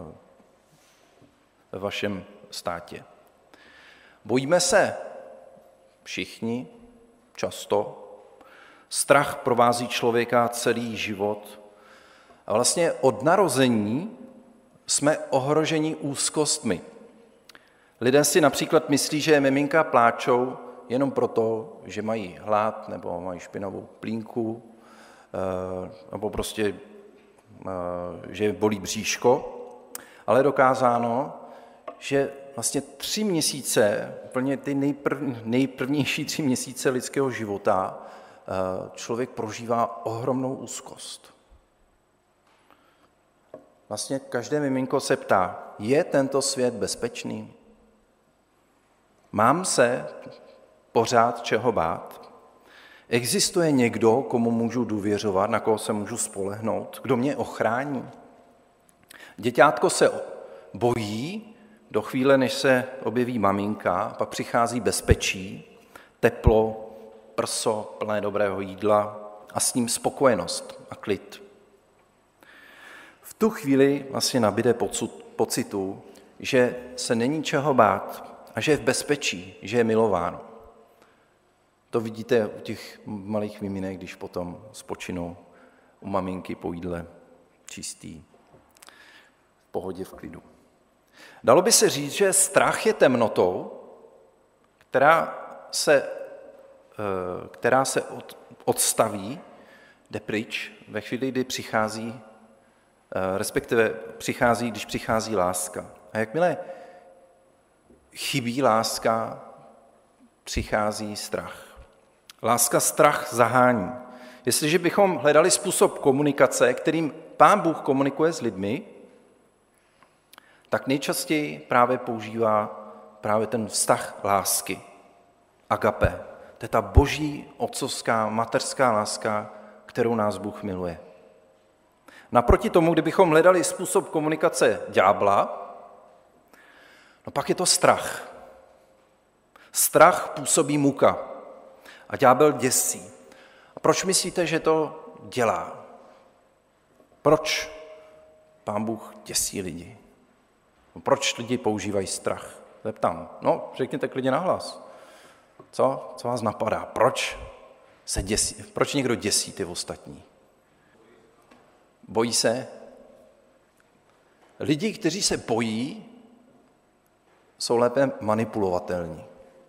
ve vašem státě. Bojíme se všichni, často. Strach provází člověka celý život. A vlastně od narození jsme ohroženi úzkostmi. Lidé si například myslí, že miminka pláčou jenom proto, že mají hlad nebo mají špinavou plínku, nebo prostě, že bolí bříško. Ale je dokázáno, že vlastně tři měsíce, úplně ty nejprv, nejprvnější tři měsíce lidského života, člověk prožívá ohromnou úzkost. Vlastně každé miminko se ptá, je tento svět bezpečný? Mám se pořád čeho bát? Existuje někdo, komu můžu důvěřovat, na koho se můžu spolehnout, kdo mě ochrání? Děťátko se bojí do chvíle, než se objeví maminka, pak přichází bezpečí, teplo, prso plné dobrého jídla a s ním spokojenost a klid. V tu chvíli vlastně nabyde pocitu, že se není čeho bát a že je v bezpečí, že je milováno. To vidíte u těch malých miminek, když potom spočinou u maminky po jídle čistý. V pohodě, v klidu. Dalo by se říct, že strach je temnotou, která se, která se odstaví, jde pryč ve chvíli, kdy přichází, respektive přichází, když přichází láska. A jakmile chybí láska, přichází strach. Láska strach zahání. Jestliže bychom hledali způsob komunikace, kterým Pán Bůh komunikuje s lidmi, tak nejčastěji právě používá právě ten vztah lásky, agape. To je ta boží otcovská, mateřská láska, kterou nás Bůh miluje. Naproti tomu, kdybychom hledali způsob komunikace ďábla, no pak je to strach. Strach působí muka a ďábel děsí. A proč myslíte, že to dělá? Proč Pán Bůh děsí lidi? No, proč lidi používají strach? Zeptám. No, řekněte klidně nahlas. Co? Co vás napadá? Proč se děsí? Proč někdo děsí ty ostatní? Bojí se? Lidi, kteří se bojí, jsou lépe manipulovatelní.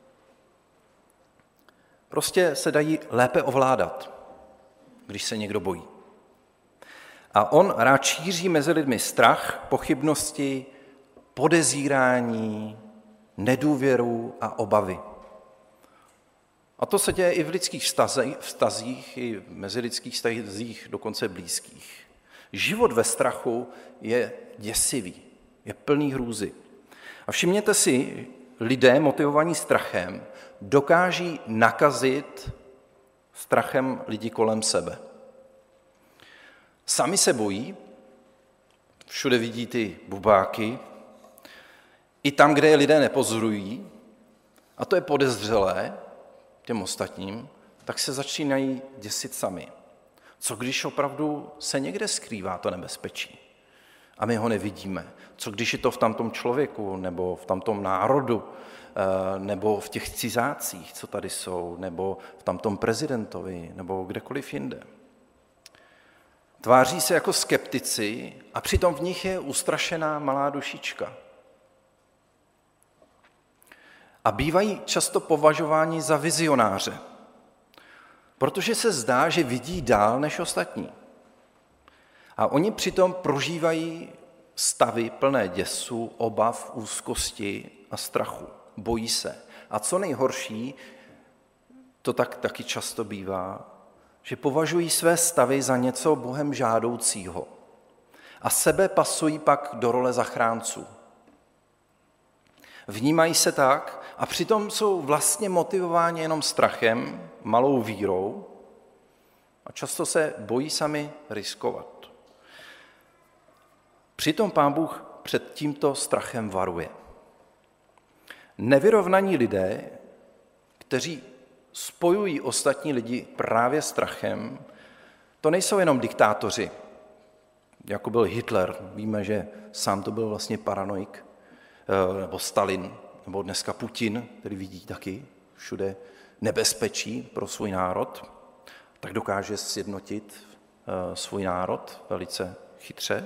Prostě se dají lépe ovládat, když se někdo bojí. A on rád šíří mezi lidmi strach, pochybnosti, podezírání, nedůvěru a obavy. A to se děje i v lidských vztazích, i v mezilidských vztazích, dokonce blízkých. Život ve strachu je děsivý, je plný hrůzy. A všimněte si, lidé motivovaní strachem dokáží nakazit strachem lidi kolem sebe. Sami se bojí, všude vidí ty bubáky, i tam, kde je lidé nepozorují, a to je podezřelé těm ostatním, tak se začínají děsit sami. Co když opravdu se někde skrývá to nebezpečí a my ho nevidíme? Co když je to v tamtom člověku, nebo v tamtom národu, nebo v těch cizácích, co tady jsou, nebo v tamtom prezidentovi, nebo kdekoliv jinde? Tváří se jako skeptici a přitom v nich je ustrašená malá dušička. A bývají často považováni za vizionáře, protože se zdá, že vidí dál než ostatní. A oni přitom prožívají stavy plné děsu, obav, úzkosti a strachu. Bojí se. A co nejhorší, to tak taky často bývá, že považují své stavy za něco Bohem žádoucího a sebe pasují pak do role zachránců. Vnímají se tak a přitom jsou vlastně motivováni jenom strachem, malou vírou a často se bojí sami riskovat. Přitom Pán Bůh před tímto strachem varuje. Nevyrovnaní lidé, kteří spojují ostatní lidi právě strachem, to nejsou jenom diktátoři, jako byl Hitler. Víme, že sám to byl vlastně paranoik, nebo Stalin, nebo dneska Putin, který vidí taky všude nebezpečí pro svůj národ, tak dokáže sjednotit svůj národ velice chytře.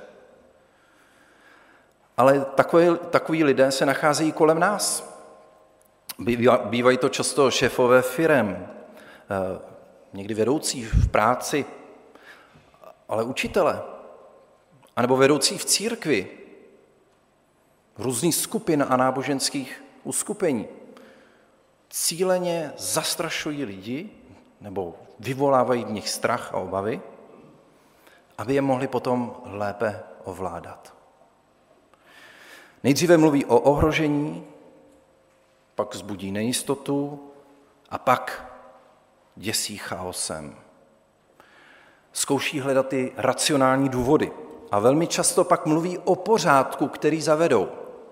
Ale takové, takoví lidé se nacházejí kolem nás. Bývají to často šéfové firem, někdy vedoucí v práci, ale učitele, anebo vedoucí v církvi, různých skupin a náboženských uskupení. Cíleně zastrašují lidi nebo vyvolávají v nich strach a obavy, aby je mohli potom lépe ovládat. Nejdříve mluví o ohrožení, pak vzbudí nejistotu a pak děsí chaosem. Zkouší hledat ty racionální důvody a velmi často pak mluví o pořádku, který zavedou.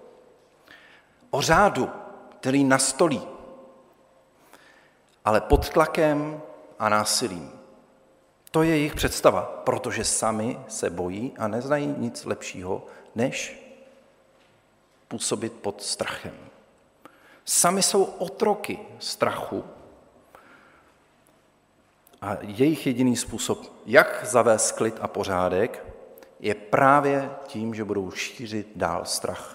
O řádu, který nastolí, ale pod tlakem a násilím. To je jejich představa, protože sami se bojí a neznají nic lepšího, než působit pod strachem. Sami jsou otroky strachu a jejich jediný způsob, jak zavést klid a pořádek, je právě tím, že budou šířit dál strach.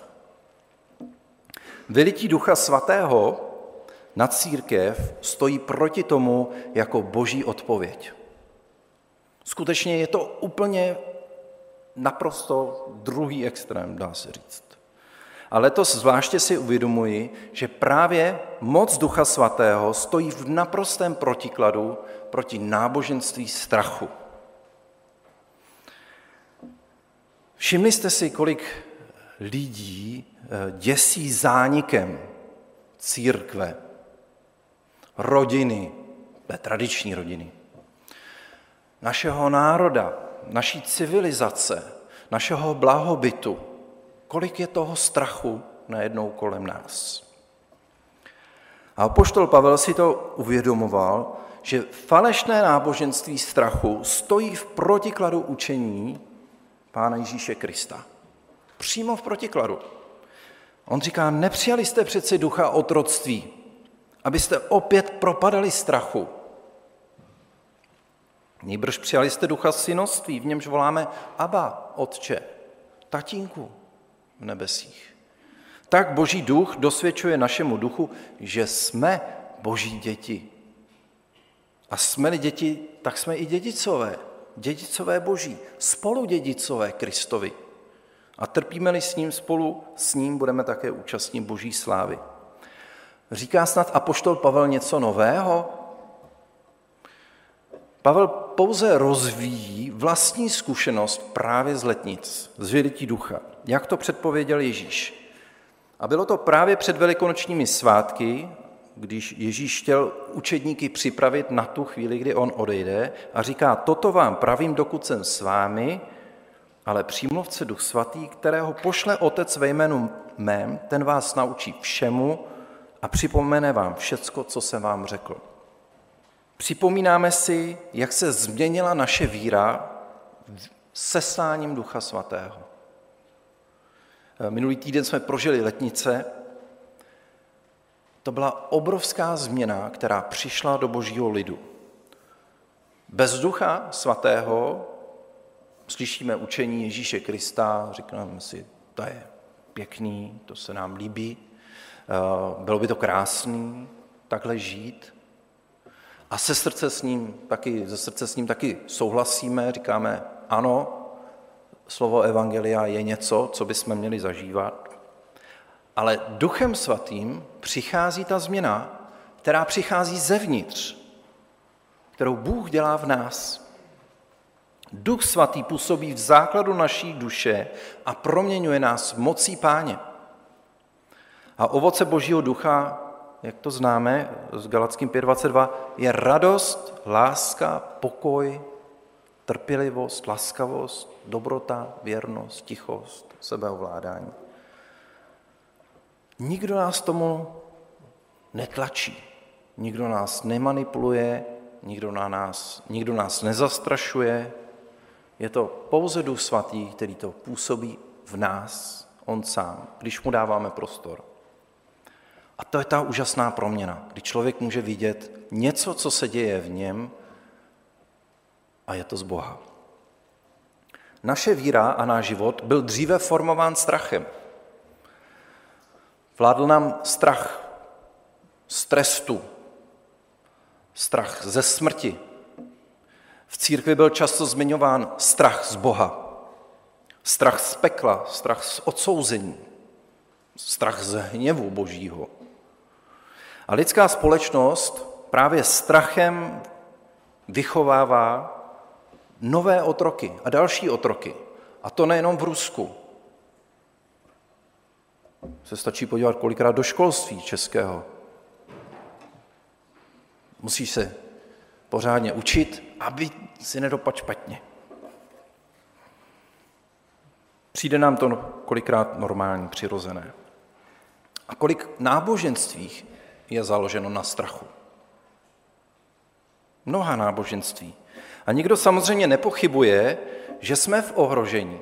Vylití Ducha Svatého na církev stojí proti tomu jako boží odpověď. Skutečně je to úplně naprosto druhý extrém, dá se říct. A letos zvláště si uvědomuji, že právě moc Ducha Svatého stojí v naprostém protikladu proti náboženství strachu. Všimli jste si, kolik lidí děsí zánikem církve, rodiny, tradiční rodiny, našeho národa, naší civilizace, našeho blahobytu. Kolik je toho strachu najednou kolem nás. A apoštol Pavel si to uvědomoval, že falešné náboženství strachu stojí v protikladu učení Pána Ježíše Krista. Přímo v protikladu. On říká, nepřijali jste přeci ducha otroctví, abyste opět propadali strachu. Nýbrž přijali jste ducha synoství, v němž voláme Abba, Otče, Tatínku v nebesích. Tak Boží duch dosvědčuje našemu duchu, že jsme Boží děti. A jsme-li děti, tak jsme i dědicové. Dědicové Boží, spoludědicové Kristovi. A trpíme-li s ním spolu, s ním budeme také účastní Boží slávy. Říká snad apoštol Pavel něco nového? Pavel pouze rozvíjí vlastní zkušenost právě z letnic, z vylití ducha, jak to předpověděl Ježíš. A bylo to právě před velikonočními svátky, když Ježíš chtěl učedníky připravit na tu chvíli, kdy on odejde a říká, toto vám pravím, dokud jsem s vámi, ale přímluvce Duch Svatý, kterého pošle Otec ve jménu mém, ten vás naučí všemu a připomene vám všecko, co jsem vám řekl. Připomínáme si, jak se změnila naše víra sesláním Ducha Svatého. Minulý týden jsme prožili letnice. To byla obrovská změna, která přišla do Božího lidu. Bez Ducha Svatého slyšíme učení Ježíše Krista, říkáme si, to je pěkný, to se nám líbí, bylo by to krásný takhle žít. A se srdce s ním taky, ze srdce s ním taky souhlasíme, říkáme, ano, slovo evangelia je něco, co bychom měli zažívat. Ale Duchem Svatým přichází ta změna, která přichází zevnitř, kterou Bůh dělá v nás. Duch Svatý působí v základu naší duše a proměňuje nás mocí Páně. A ovoce Božího ducha, jak to známe z Galackým pět dvacet dva, je radost, láska, pokoj, trpělivost, laskavost, dobrota, věrnost, tichost, sebeovládání. Nikdo nás tomu netlačí, nikdo nás nemanipuluje, nikdo, na nás, nikdo nás nezastrašuje. Je to pouze Duch Svatý, který to působí v nás, on sám, když mu dáváme prostor. A to je ta úžasná proměna, kdy člověk může vidět něco, co se děje v něm a je to z Boha. Naše víra a náš život byl dříve formován strachem. Vládl nám strach z trestu, strach ze smrti. V církvi byl často zmiňován strach z Boha, strach z pekla, strach z odsouzení, strach z hněvu Božího. A lidská společnost právě strachem vychovává nové otroky a další otroky. A to nejenom v Rusku. Se stačí podívat kolikrát do školství českého. Musíš se pořádně učit, aby si nedopadl špatně. Přijde nám to kolikrát normální, přirozené. A kolik náboženství je založeno na strachu. Mnoha náboženství. A nikdo samozřejmě nepochybuje, že jsme v ohrožení.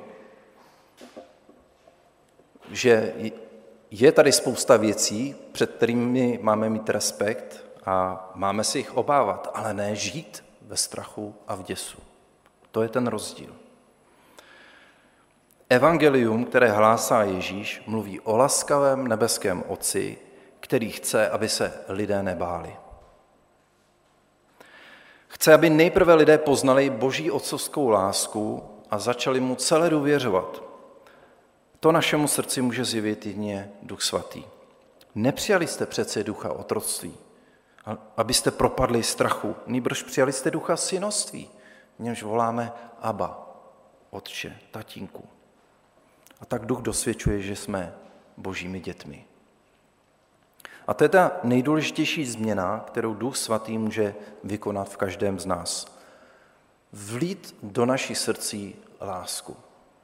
Že je tady spousta věcí, před kterými máme mít respekt a máme si jich obávat, ale ne žít ve strachu a v děsu. To je ten rozdíl. Evangelium, které hlásá Ježíš, mluví o laskavém nebeském Otci, který chce, aby se lidé nebáli. Chce, aby nejprve lidé poznali Boží otcovskou lásku a začali mu celé důvěřovat. To našemu srdci může zjevit jedině Duch Svatý. Nepřijali jste přece ducha otroctví, abyste propadli strachu, nýbrž přijali jste ducha synoství, v němž voláme Abba, Otče, Tatínku. A tak Duch dosvědčuje, že jsme Božími dětmi. A to je ta nejdůležitější změna, kterou Duch Svatý může vykonat v každém z nás. Vlít do našich srdcí lásku.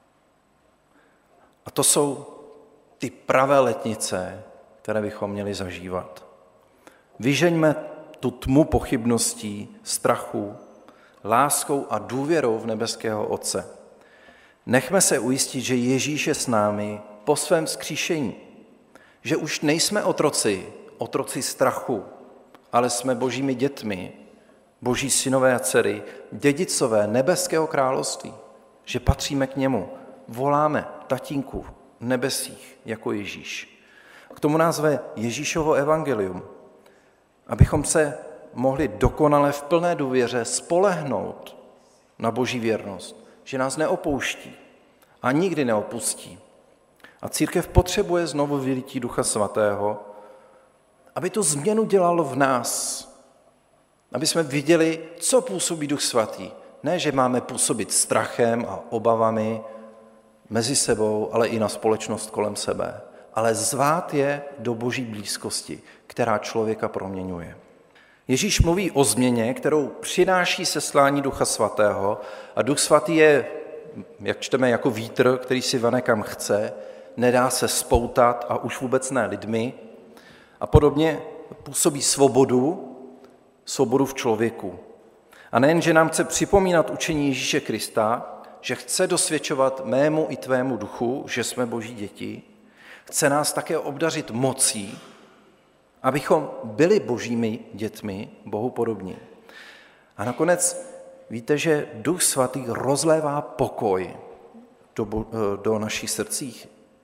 A to jsou ty pravé letnice, které bychom měli zažívat. Vyžeňme tu tmu pochybností, strachu, láskou a důvěrou v nebeského Otce. Nechme se ujistit, že Ježíš je s námi po svém vzkříšení, že už nejsme otroci, otroci strachu, ale jsme Božími dětmi, Boží synové a dcery, dědicové nebeského království, že patříme k němu, voláme Tatínku v nebesích jako Ježíš. K tomu nás ve Ježíšovo evangelium, abychom se mohli dokonale v plné důvěře spolehnout na Boží věrnost, že nás neopouští a nikdy neopustí. A církev potřebuje znovu vylití Ducha Svatého, aby tu změnu dělalo v nás, aby jsme viděli, co působí Duch Svatý. Ne, že máme působit strachem a obavami mezi sebou, ale i na společnost kolem sebe, ale zvát je do Boží blízkosti, která člověka proměňuje. Ježíš mluví o změně, kterou přináší seslání Ducha Svatého a Duch Svatý je, jak čteme, jako vítr, který si vane kam chce, nedá se spoutat a už vůbec ne lidmi a podobně působí svobodu, svobodu v člověku. A nejen, že nám chce připomínat učení Ježíše Krista, že chce dosvědčovat mému i tvému duchu, že jsme Boží děti, chce nás také obdařit mocí, abychom byli Božími dětmi, Bohu podobní. A nakonec víte, že Duch Svatý rozlévá pokoj do, do našich srdcích.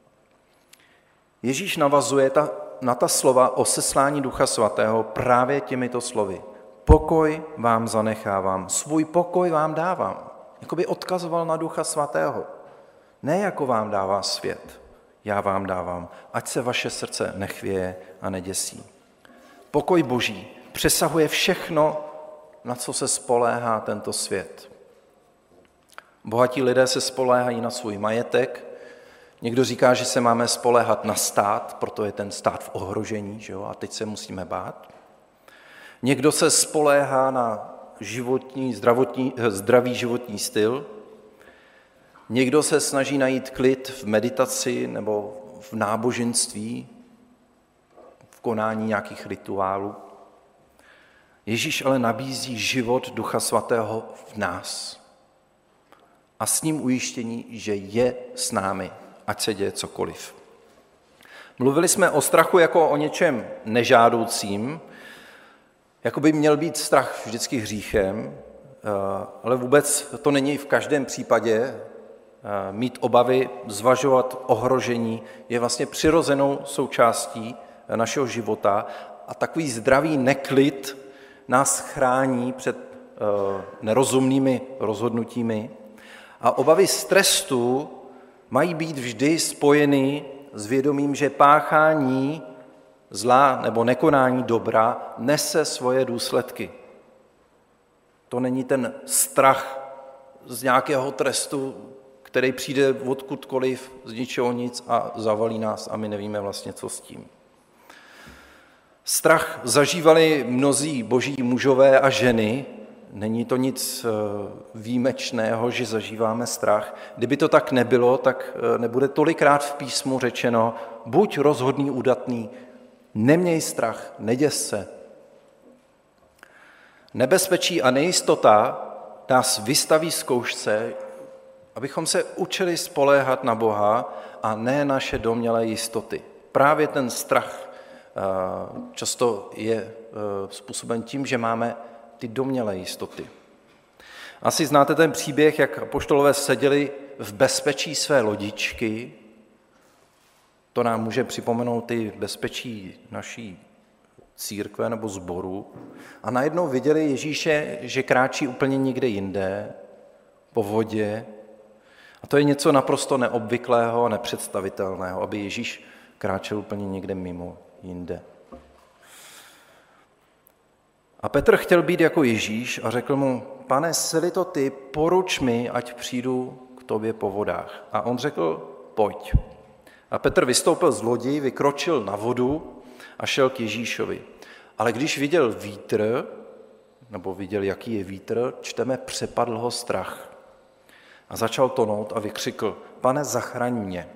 Ježíš navazuje ta, na ta slova o seslání Ducha Svatého právě těmito slovy. Pokoj vám zanechávám, svůj pokoj vám dávám. Jakoby odkazoval na Ducha Svatého. Ne jako vám dává svět, já vám dávám, ať se vaše srdce nechvěje a neděsí. Pokoj Boží přesahuje všechno, na co se spoléhá tento svět. Bohatí lidé se spoléhají na svůj majetek, někdo říká, že se máme spoléhat na stát, proto je ten stát v ohrožení, že jo? A teď se musíme bát. Někdo se spoléhá na životní, zdravotní, zdravý životní styl, někdo se snaží najít klid v meditaci nebo v náboženství, v konání nějakých rituálů. Ježíš ale nabízí život Ducha Svatého v nás a s ním ujištění, že je s námi, ať se děje cokoliv. Mluvili jsme o strachu jako o něčem nežádoucím, jako by měl být strach vždycky hříchem, ale vůbec to není v každém případě. Mít obavy, zvažovat ohrožení je vlastně přirozenou součástí našeho života a takový zdravý neklid nás chrání před nerozumnými rozhodnutími a obavy z trestu mají být vždy spojeny s vědomím, že páchání zla nebo nekonání dobra nese svoje důsledky. To není ten strach z nějakého trestu, který přijde odkudkoliv, z ničeho nic a zavalí nás a my nevíme vlastně, co s tím. Strach zažívali mnozí boží mužové a ženy. Není to nic výjimečného, že zažíváme strach. Kdyby to tak nebylo, tak nebude tolikrát v písmu řečeno buď rozhodný, udatný, neměj strach, neděs se. Nebezpečí a nejistota nás vystaví zkoušce, abychom se učili spoléhat na Boha a ne naše domnělé jistoty. Právě ten strach často je způsoben tím, že máme ty domnělé jistoty. Asi znáte ten příběh, jak apoštolové seděli v bezpečí své lodičky. To nám může připomenout i bezpečí naší církve nebo sboru. A najednou viděli Ježíše, že kráčí úplně někde jinde, po vodě. A to je něco naprosto neobvyklého a nepředstavitelného, aby Ježíš kráčel úplně někde mimo, jinde. A Petr chtěl být jako Ježíš a řekl mu, pane, jsi to ty, poruč mi, ať přijdu k tobě po vodách. A on řekl, pojď. A Petr vystoupil z lodi, vykročil na vodu a šel k Ježíšovi. Ale když viděl vítr, nebo viděl, jaký je vítr, čteme, přepadl ho strach. A začal tonout a vykřikl, pane, zachraň mě.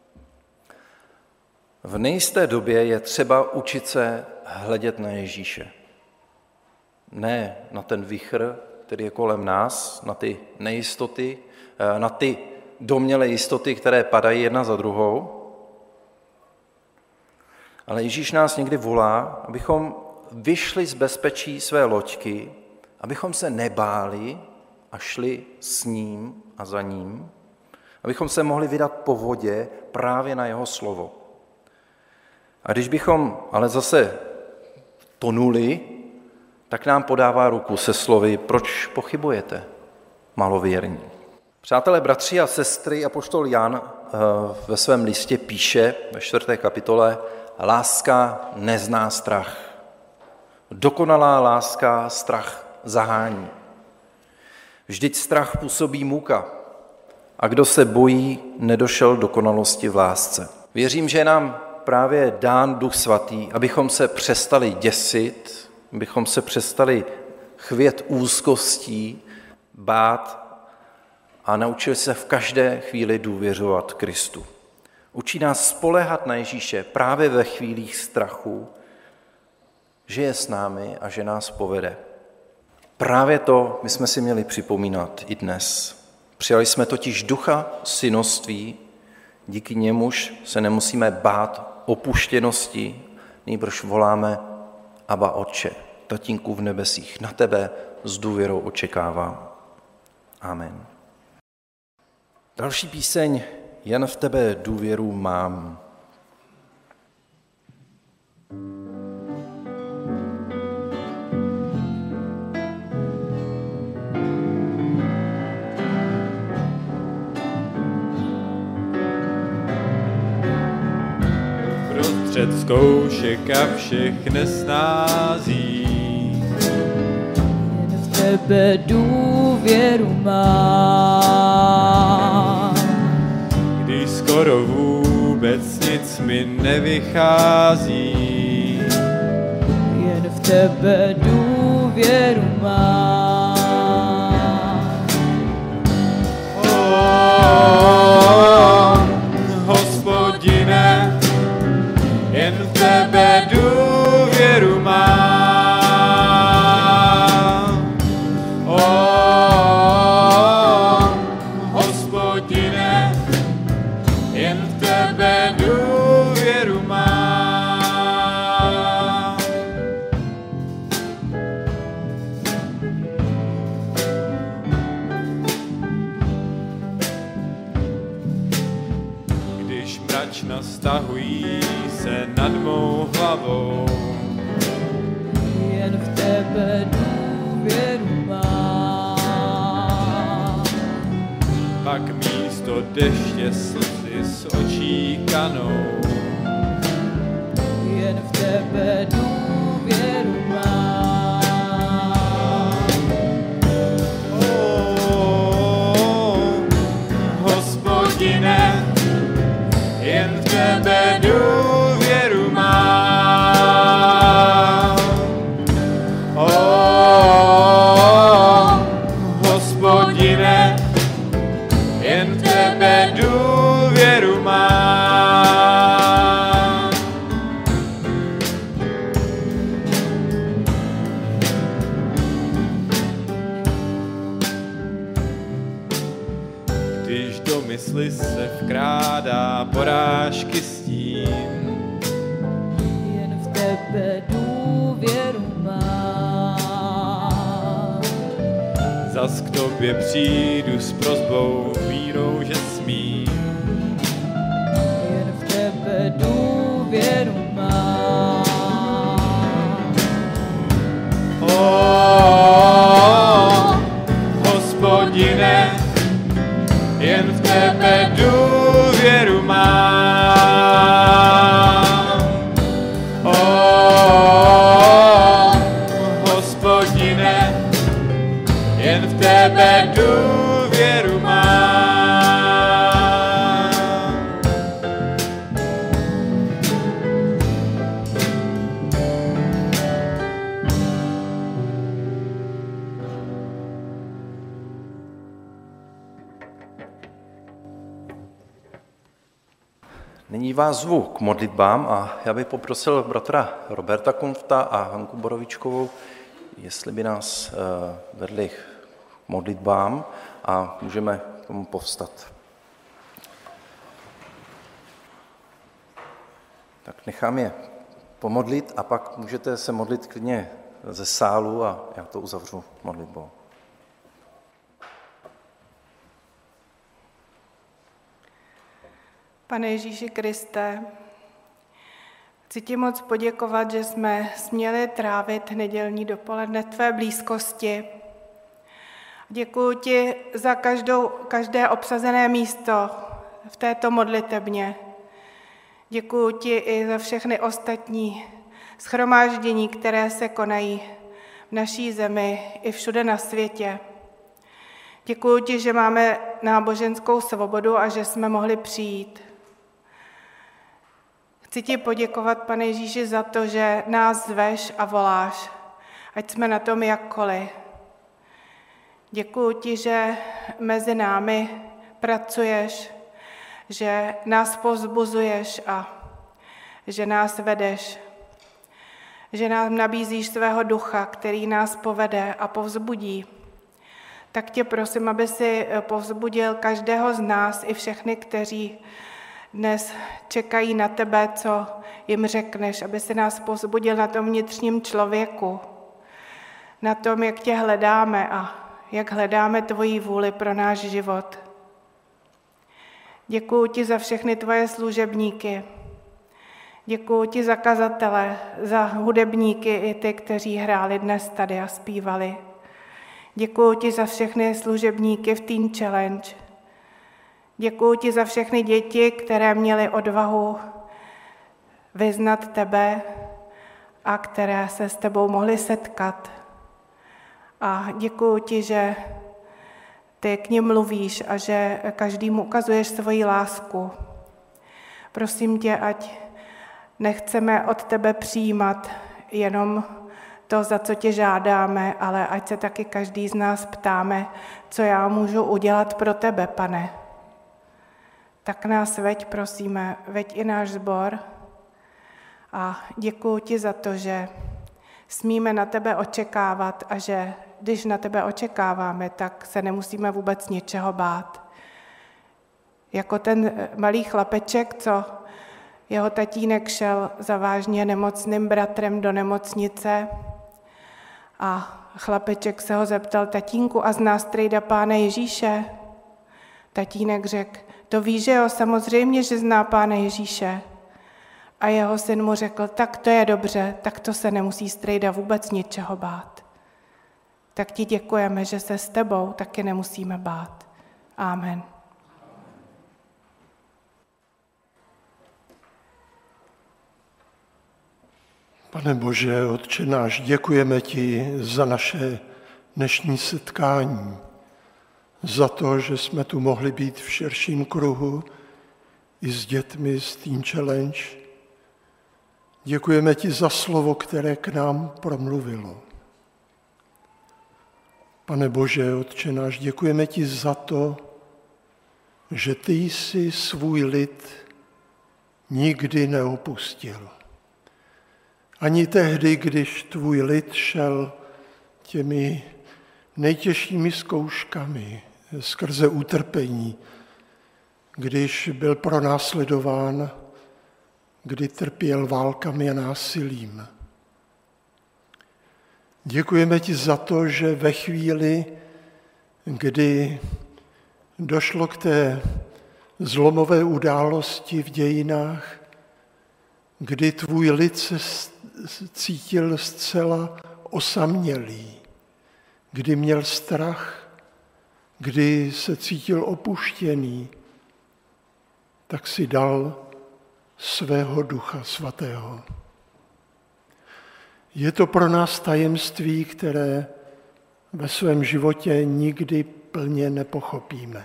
V nejisté době je třeba učit se hledět na Ježíše. Ne na ten vichr, který je kolem nás, na ty nejistoty, na ty domnělé jistoty, které padají jedna za druhou. Ale Ježíš nás někdy volá, abychom vyšli z bezpečí své loďky, abychom se nebáli a šli s ním a za ním, abychom se mohli vydat po vodě právě na jeho slovo. A když bychom ale zase tonuli, tak nám podává ruku se slovy, proč pochybujete, malověrní. Přátelé, bratři a sestry, apoštol Jan ve svém listě píše ve čtvrté kapitole, láska nezná strach. Dokonalá láska strach zahání. Vždyť strach působí muka a kdo se bojí, nedošel dokonalosti v lásce. Věřím, že je nám právě dán Duch Svatý, abychom se přestali děsit, abychom se přestali chvět úzkostí, bát a naučili se v každé chvíli důvěřovat Kristu. Učí nás spoléhat na Ježíše právě ve chvílích strachu, že je s námi a že nás povede. Právě to my jsme si měli připomínat i dnes. Přijali jsme totiž ducha synoství, díky němuž se nemusíme bát opuštěnosti, nýbrž voláme Abba Otče, Tatínku v nebesích, na tebe s důvěrou očekávám. Amen. Další píseň, jen v tebe důvěru mám. Prostřed zkoušek a všech nesnází. Jen v tebe důvěru mám. Když skoro vůbec nic mi nevychází. Jen v tebe důvěru mám. Oh, Hospodine, jen v tebe důvěru mám. Oh, Hospodine, jen v tebe důvěru mám. Když mračna stahují se nad mou hlavou, Jen v tebe důvěru mám. pak místo deště slzy z očí kanou. Jen v tebe důvěru mám. Oh, Hospodine, jen v tebe důvěru mám. Oh, Hospodine, jen v tebe důvěru mám. Když do mysli se vkrádá porážky stín, Jen v tebe důvěru mám. za zas k tobě přijdu s prosbou, vírou, že smím. Jen v tebe důvěru mám. Oh, Hospodine, jen v tebe důvěru mám. Oh, Hospodine, jen v tebe důvěru mám. Nyní vás zvu k modlitbám a já bych poprosil bratra Roberta Kunfta a Hanku Borovičkovou, jestli by nás vedli k modlitbám a můžeme k tomu povstat. Tak nechám je pomodlit a pak můžete se modlit klidně ze sálu a já to uzavřu modlitbou. Pane Ježíši Kriste, chci ti moc poděkovat, že jsme směli trávit nedělní dopoledne v tvé blízkosti. Děkuji ti za každou, každé obsazené místo v této modlitebně. Děkuji ti i za všechny ostatní shromáždění, které se konají v naší zemi i všude na světě. Děkuji ti, že máme náboženskou svobodu a že jsme mohli přijít. Chci ti poděkovat, Pane Ježíši, za to, že nás zveš a voláš, ať jsme na tom jakkoliv. Děkuji ti, že mezi námi pracuješ, že nás povzbuzuješ a že nás vedeš, že nám nabízíš svého ducha, který nás povede a povzbudí. Tak tě prosím, aby si povzbudil každého z nás i všechny, kteří dnes čekají na tebe, co jim řekneš, aby si nás povzbudil na tom vnitřním člověku, na tom, jak tě hledáme a jak hledáme tvoji vůli pro náš život. Děkuji ti za všechny tvoje služebníky. Děkuji ti za kazatele, za hudebníky i ty, kteří hráli dnes tady a zpívali. Děkuji ti za všechny služebníky v Teen Challenge. Děkuji ti za všechny děti, které měly odvahu vyznat tebe a které se s tebou mohly setkat. A děkuji ti, že ty k nim mluvíš a že každému ukazuješ svoji lásku. Prosím tě, ať nechceme od tebe přijímat jenom to, za co tě žádáme, ale ať se taky každý z nás ptáme, co já můžu udělat pro tebe, Pane. Tak nás veď, prosíme, veď i náš sbor a děkuji ti za to, že smíme na tebe očekávat a že když na tebe očekáváme, tak se nemusíme vůbec ničeho bát. Jako ten malý chlapeček, co jeho tatínek šel za vážně nemocným bratrem do nemocnice a chlapeček se ho zeptal: tatínku, a znáš strejda Pána Ježíše? Tatínek řekl: to víš, že jo, samozřejmě, že zná Pána Ježíše. A jeho syn mu řekl: tak to je dobře, tak to se nemusí strejda vůbec ničeho bát. Tak ti děkujeme, že se s tebou taky nemusíme bát. Amen. Pane Bože, Otče náš, děkujeme ti za naše dnešní setkání, za to, že jsme tu mohli být v širším kruhu i s dětmi z Teen Challenge. Děkujeme ti za slovo, které k nám promluvilo. Pane Bože, Otče náš, děkujeme ti za to, že ty jsi svůj lid nikdy neopustil. Ani tehdy, když tvůj lid šel těmi nejtěžšími zkouškami skrze utrpení, když byl pronásledován, kdy trpěl válkami a násilím. Děkujeme ti za to, že ve chvíli, kdy došlo k té zlomové události v dějinách, kdy tvůj lid se cítil zcela osamělý, kdy měl strach, kdy se cítil opuštěný, tak si dal svého Ducha Svatého. Je to pro nás tajemství, které ve svém životě nikdy plně nepochopíme.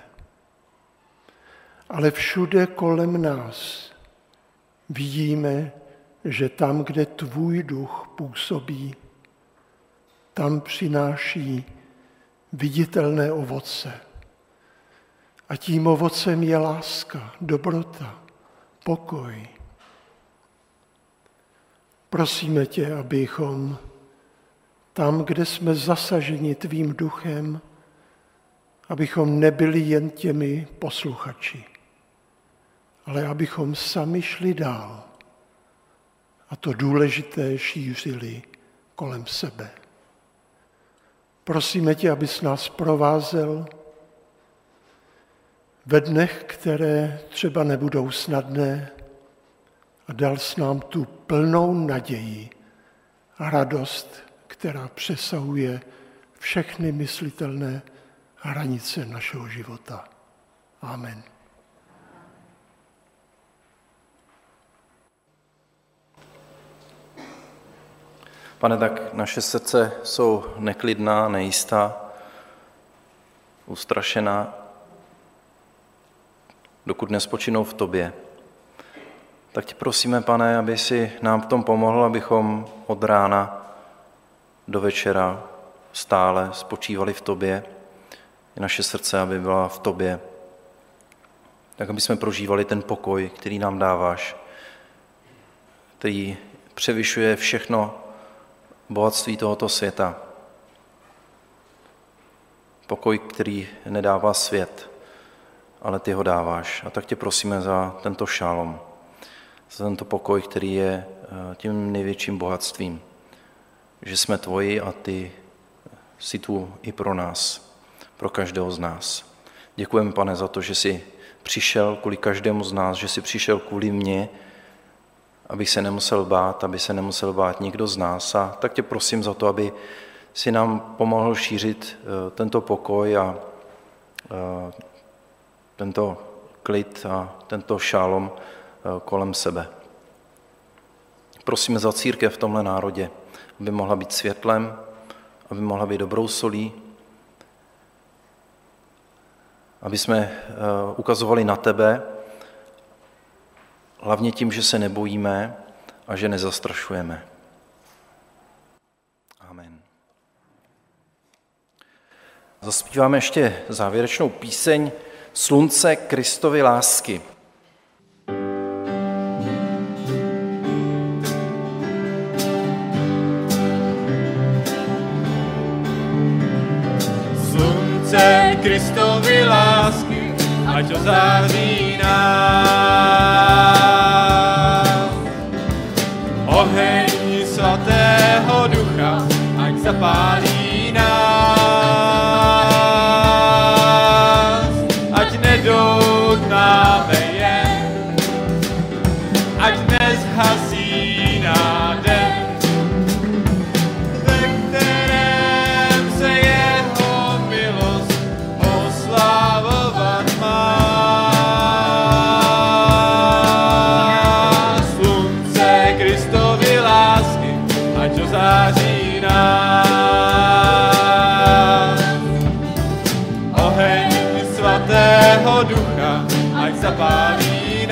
Ale všude kolem nás vidíme, že tam, kde tvůj duch působí, tam přináší viditelné ovoce. A tím ovocem je láska, dobrota, pokoj. Prosíme tě, abychom tam, kde jsme zasaženi tvým duchem, abychom nebyli jen těmi posluchači, ale abychom sami šli dál a to důležité šířili kolem sebe. Prosíme tě, abys nás provázel ve dnech, které třeba nebudou snadné, a dal s nám tu plnou naději a radost, která přesahuje všechny myslitelné hranice našeho života. Amen. Pane, tak naše srdce jsou neklidná, nejistá, ustrašená, dokud nespočinou v tobě. Tak tě prosíme, Pane, aby si nám v tom pomohl, abychom od rána do večera stále spočívali v tobě, i naše srdce, aby byla v tobě, tak aby jsme prožívali ten pokoj, který nám dáváš, který převyšuje všechno bohatství tohoto světa. Pokoj, který nedává svět, ale ty ho dáváš. A tak tě prosíme za tento šálom, za tento pokoj, který je tím největším bohatstvím, že jsme tvoji a ty jsi tu i pro nás, pro každého z nás. Děkujeme, Pane, za to, že jsi přišel kvůli každému z nás, že jsi přišel kvůli mně, abych se nemusel bát, aby se nemusel bát nikdo z nás. A tak tě prosím za to, aby si nám pomohl šířit tento pokoj a tento klid a tento šálom kolem sebe. Prosíme za církev v tomhle národě, aby mohla být světlem, aby mohla být dobrou solí, aby jsme ukazovali na tebe, hlavně tím, že se nebojíme a že nezastrašujeme. Amen. Zaspíváme ještě závěrečnou píseň Slunce Kristovy lásky. Slunce Kristovy lásky, ať ozáří nás. Oheň svatého ducha, ať zapálí nás. Ať nedoutnáme jen, ať nezhasí nádech, ve kterém se jeho milost oslavovat má. Slunce Kristovy lásky, ať ozáří nás. Oheň svatého ducha, ať zapálí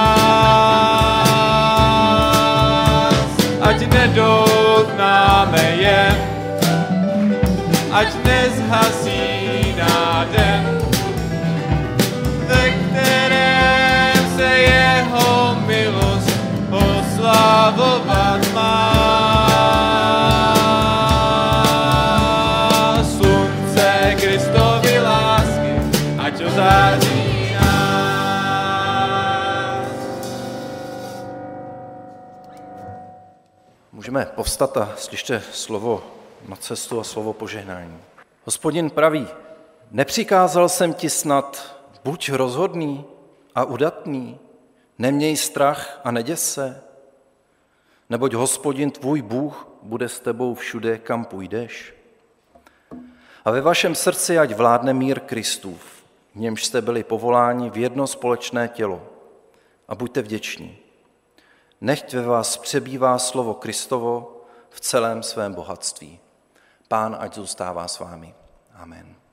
nás. Ať nedoutnáme jen, ať nezhasí nádech, ve kterém se jeho milost oslavovat má. Slunce Kristovy lásky, ať ozáří nás. Můžeme povstat a slyšte slovo na cestu a slovo požehnání. Hospodin praví, Nepřikázal jsem ti snad, buď rozhodný a udatný, neměj strach a neděs se, neboť Hospodin tvůj Bůh bude s tebou všude, kam půjdeš. A ve vašem srdci ať vládne mír Kristův, v němž jste byli povoláni v jedno společné tělo. A buďte vděční. Nechť ve vás přebývá slovo Kristovo v celém svém bohatství. Pán ať zůstává s vámi. Amen.